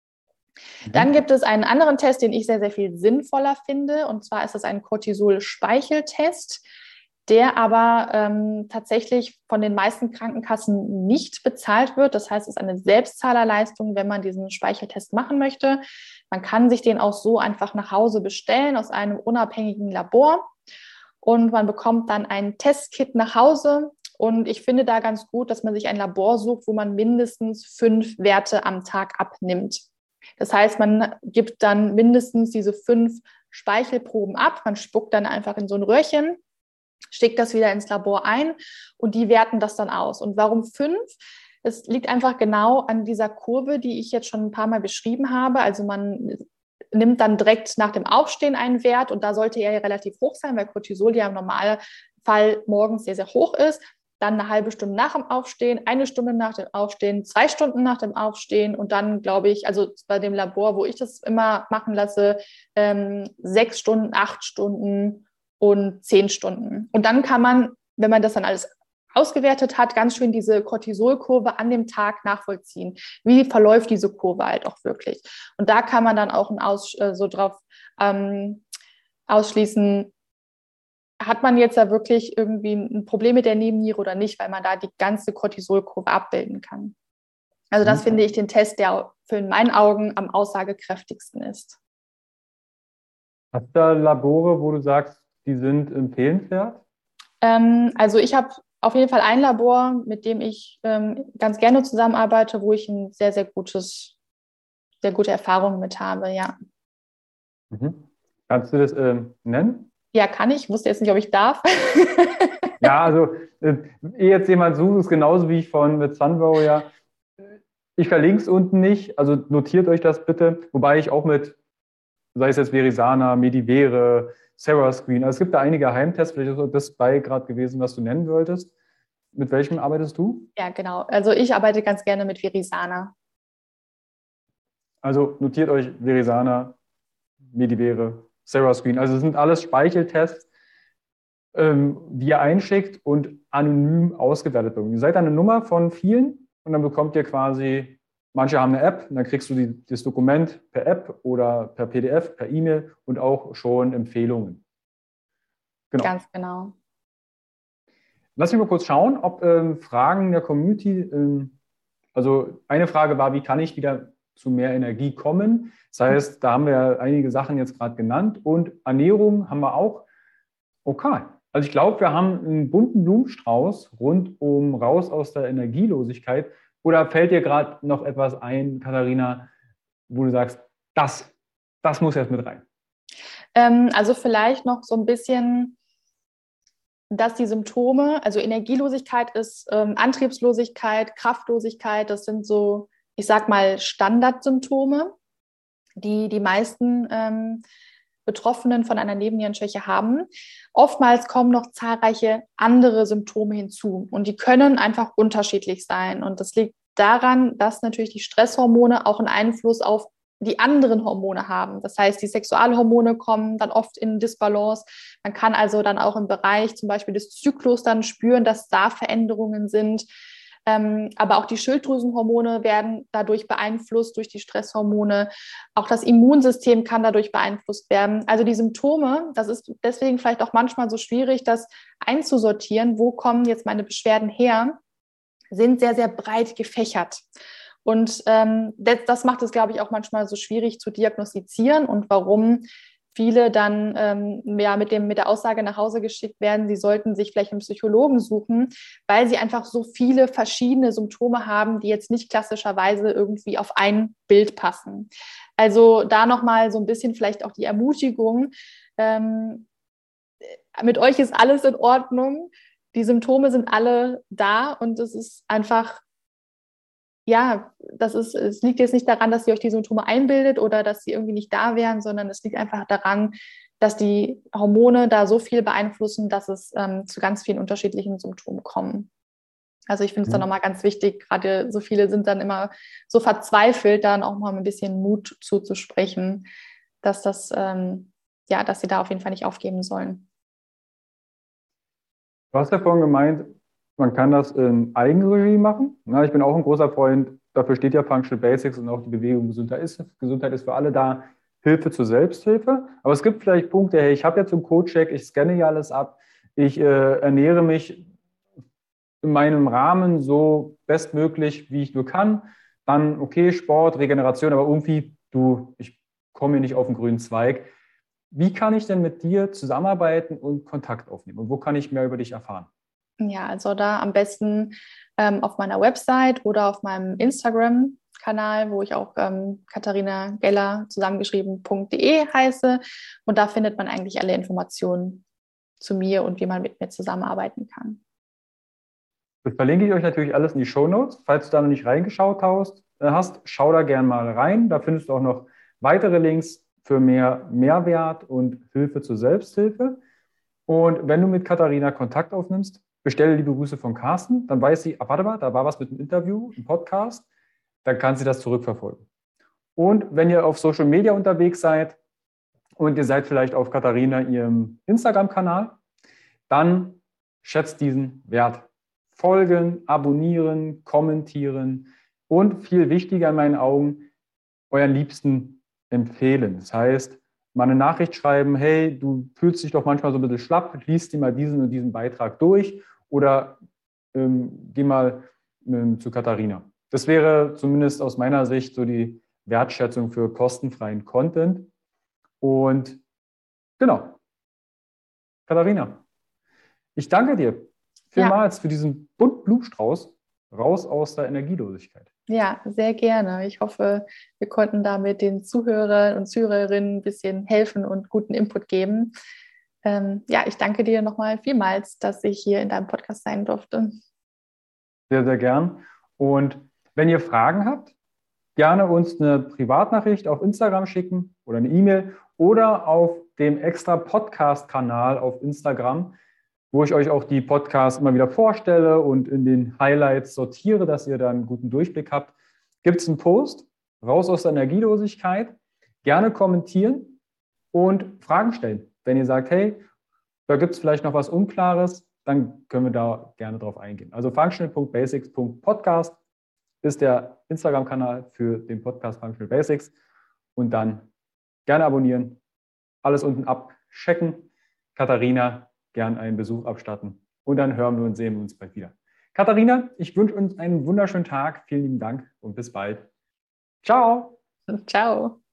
Mhm. Dann gibt es einen anderen Test, den ich sehr, sehr viel sinnvoller finde. Und zwar ist das ein Cortisol-Speicheltest, der aber ähm, tatsächlich von den meisten Krankenkassen nicht bezahlt wird. Das heißt, es ist eine Selbstzahlerleistung, wenn man diesen Speicheltest machen möchte. Man kann sich den auch so einfach nach Hause bestellen aus einem unabhängigen Labor und man bekommt dann ein Testkit nach Hause. Und ich finde da ganz gut, dass man sich ein Labor sucht, wo man mindestens fünf Werte am Tag abnimmt. Das heißt, man gibt dann mindestens diese fünf Speichelproben ab. Man spuckt dann einfach in so ein Röhrchen, schickt das wieder ins Labor ein und die werten das dann aus. Und warum fünf? Es liegt einfach genau an dieser Kurve, die ich jetzt schon ein paar Mal beschrieben habe. Also man nimmt dann direkt nach dem Aufstehen einen Wert und da sollte er ja relativ hoch sein, weil Cortisol ja im Normalfall morgens sehr, sehr hoch ist. Dann eine halbe Stunde nach dem Aufstehen, eine Stunde nach dem Aufstehen, zwei Stunden nach dem Aufstehen und dann, glaube ich, also bei dem Labor, wo ich das immer machen lasse, ähm, sechs Stunden, acht Stunden und zehn Stunden. Und dann kann man, wenn man das dann alles ausgewertet hat, ganz schön diese Cortisolkurve an dem Tag nachvollziehen. Wie verläuft diese Kurve halt auch wirklich? Und da kann man dann auch ein Aus, äh, so drauf ähm, ausschließen, hat man jetzt da wirklich irgendwie ein Problem mit der Nebenniere oder nicht, weil man da die ganze Cortisolkurve abbilden kann. Also das mhm. finde ich den Test, der für in meinen Augen am aussagekräftigsten ist. Hast du da Labore, wo du sagst, die sind empfehlenswert? Ähm, also ich habe auf jeden Fall ein Labor, mit dem ich ähm, ganz gerne zusammenarbeite, wo ich ein sehr, sehr gutes, sehr gute Erfahrungen mit habe, ja. Mhm. Kannst du das ähm, nennen? Ja, kann ich. Ich wusste jetzt nicht, ob ich darf. Ja, also äh, ehe jetzt jemand sucht, ist genauso wie ich von mit Sunbow, ja. Ich verlinke es unten nicht, also notiert euch das bitte. Wobei ich auch mit, sei es jetzt Verisana, Medivere, Serascreen, also es gibt da einige Heimtests, vielleicht ist das bei gerade gewesen, was du nennen wolltest. Mit welchem arbeitest du? Ja, genau. Also ich arbeite ganz gerne mit Verisana. Also notiert euch Verisana, Medivere, Serascreen. Also es sind alles Speicheltests, ähm, die ihr einschickt und anonym ausgewertet wird. Ihr seid eine Nummer von vielen und dann bekommt ihr quasi, manche haben eine App, und dann kriegst du die, das Dokument per App oder per P D F, per E-Mail und auch schon Empfehlungen. Genau. Ganz genau. Lass mich mal kurz schauen, ob ähm, Fragen der Community, ähm, also eine Frage war, wie kann ich wieder zu mehr Energie kommen? Das heißt, da haben wir ja einige Sachen jetzt gerade genannt und Ernährung haben wir auch. Okay, also ich glaube, wir haben einen bunten Blumenstrauß rund um raus aus der Energielosigkeit. Oder fällt dir gerade noch etwas ein, Katharina, wo du sagst, das, das muss jetzt mit rein? Ähm, also vielleicht noch so ein bisschen, dass die Symptome, also Energielosigkeit ist ähm, Antriebslosigkeit, Kraftlosigkeit, das sind so, ich sag mal, Standardsymptome, die die meisten ähm, Betroffenen von einer Nebennierenschwäche haben, oftmals kommen noch zahlreiche andere Symptome hinzu und die können einfach unterschiedlich sein. Und das liegt daran, dass natürlich die Stresshormone auch einen Einfluss auf die anderen Hormone haben. Das heißt, die Sexualhormone kommen dann oft in Disbalance. Man kann also dann auch im Bereich zum Beispiel des Zyklus dann spüren, dass da Veränderungen sind. Ähm, aber auch die Schilddrüsenhormone werden dadurch beeinflusst durch die Stresshormone. Auch das Immunsystem kann dadurch beeinflusst werden. Also die Symptome, das ist deswegen vielleicht auch manchmal so schwierig, das einzusortieren. Wo kommen jetzt meine Beschwerden her? Sind sehr, sehr breit gefächert. Und ähm, das, das macht es, glaube ich, auch manchmal so schwierig zu diagnostizieren und warum viele dann ähm, ja, mit, dem, mit der Aussage nach Hause geschickt werden, sie sollten sich vielleicht einen Psychologen suchen, weil sie einfach so viele verschiedene Symptome haben, die jetzt nicht klassischerweise irgendwie auf ein Bild passen. Also da nochmal so ein bisschen vielleicht auch die Ermutigung, ähm, mit euch ist alles in Ordnung, die Symptome sind alle da und es ist einfach, ja, das ist, es liegt jetzt nicht daran, dass ihr euch die Symptome einbildet oder dass sie irgendwie nicht da wären, sondern es liegt einfach daran, dass die Hormone da so viel beeinflussen, dass es ähm, zu ganz vielen unterschiedlichen Symptomen kommen. Also ich finde es mhm. dann nochmal ganz wichtig, gerade so viele sind dann immer so verzweifelt, dann auch mal ein bisschen Mut zuzusprechen, dass das, ähm, ja, dass sie da auf jeden Fall nicht aufgeben sollen. Du hast ja vorhin gemeint, man kann das in Eigenregie machen. Ja, ich bin auch ein großer Freund, dafür steht ja Functional Basics und auch die Bewegung Gesundheit ist, Gesundheit ist für alle da, Hilfe zur Selbsthilfe. Aber es gibt vielleicht Punkte, hey, ich habe jetzt einen Codecheck, ich scanne ja alles ab, ich äh, ernähre mich in meinem Rahmen so bestmöglich, wie ich nur kann. Dann, okay, Sport, Regeneration, aber irgendwie, du, ich komme hier nicht auf den grünen Zweig. Wie kann ich denn mit dir zusammenarbeiten und Kontakt aufnehmen? Und wo kann ich mehr über dich erfahren? Ja, also da am besten ähm, auf meiner Website oder auf meinem Instagram-Kanal, wo ich auch ähm, Katharina Geller zusammengeschrieben punkt de heiße. Und da findet man eigentlich alle Informationen zu mir und wie man mit mir zusammenarbeiten kann. Das verlinke ich euch natürlich alles in die Shownotes. Falls du da noch nicht reingeschaut hast, hast, schau da gerne mal rein. Da findest du auch noch weitere Links für mehr Mehrwert und Hilfe zur Selbsthilfe. Und wenn du mit Katharina Kontakt aufnimmst, bestelle liebe Grüße von Carsten, dann weiß sie, ah, warte mal, da war was mit einem Interview, einem Podcast, dann kann sie das zurückverfolgen. Und wenn ihr auf Social Media unterwegs seid und ihr seid vielleicht auf Katharina ihrem Instagram-Kanal, dann schätzt diesen Wert. Folgen, abonnieren, kommentieren und viel wichtiger in meinen Augen, euren Liebsten empfehlen. Das heißt, mal eine Nachricht schreiben, hey, du fühlst dich doch manchmal so ein bisschen schlapp, liest dir mal diesen und diesen Beitrag durch oder ähm, geh mal ähm, zu Katharina. Das wäre zumindest aus meiner Sicht so die Wertschätzung für kostenfreien Content. Und genau, Katharina, ich danke dir vielmals ja. für diesen bunten Blumenstrauß raus aus der Energielosigkeit. Ja, sehr gerne. Ich hoffe, wir konnten damit den Zuhörern und Zuhörerinnen ein bisschen helfen und guten Input geben. Ähm, ja, ich danke dir nochmal vielmals, dass ich hier in deinem Podcast sein durfte. Sehr, sehr gern. Und wenn ihr Fragen habt, gerne uns eine Privatnachricht auf Instagram schicken oder eine E-Mail oder auf dem extra Podcast-Kanal auf Instagram, wo ich euch auch die Podcasts immer wieder vorstelle und in den Highlights sortiere, dass ihr da einen guten Durchblick habt, gibt es einen Post, raus aus der Energielosigkeit, gerne kommentieren und Fragen stellen. Wenn ihr sagt, hey, da gibt es vielleicht noch was Unklares, dann können wir da gerne drauf eingehen. Also functional punkt basics punkt podcast ist der Instagram-Kanal für den Podcast Functional Basics und dann gerne abonnieren, alles unten abchecken. Katharina, gern einen Besuch abstatten und dann hören wir und sehen wir uns bald wieder. Katharina, ich wünsche uns einen wunderschönen Tag. Vielen lieben Dank und bis bald. Ciao. Ciao.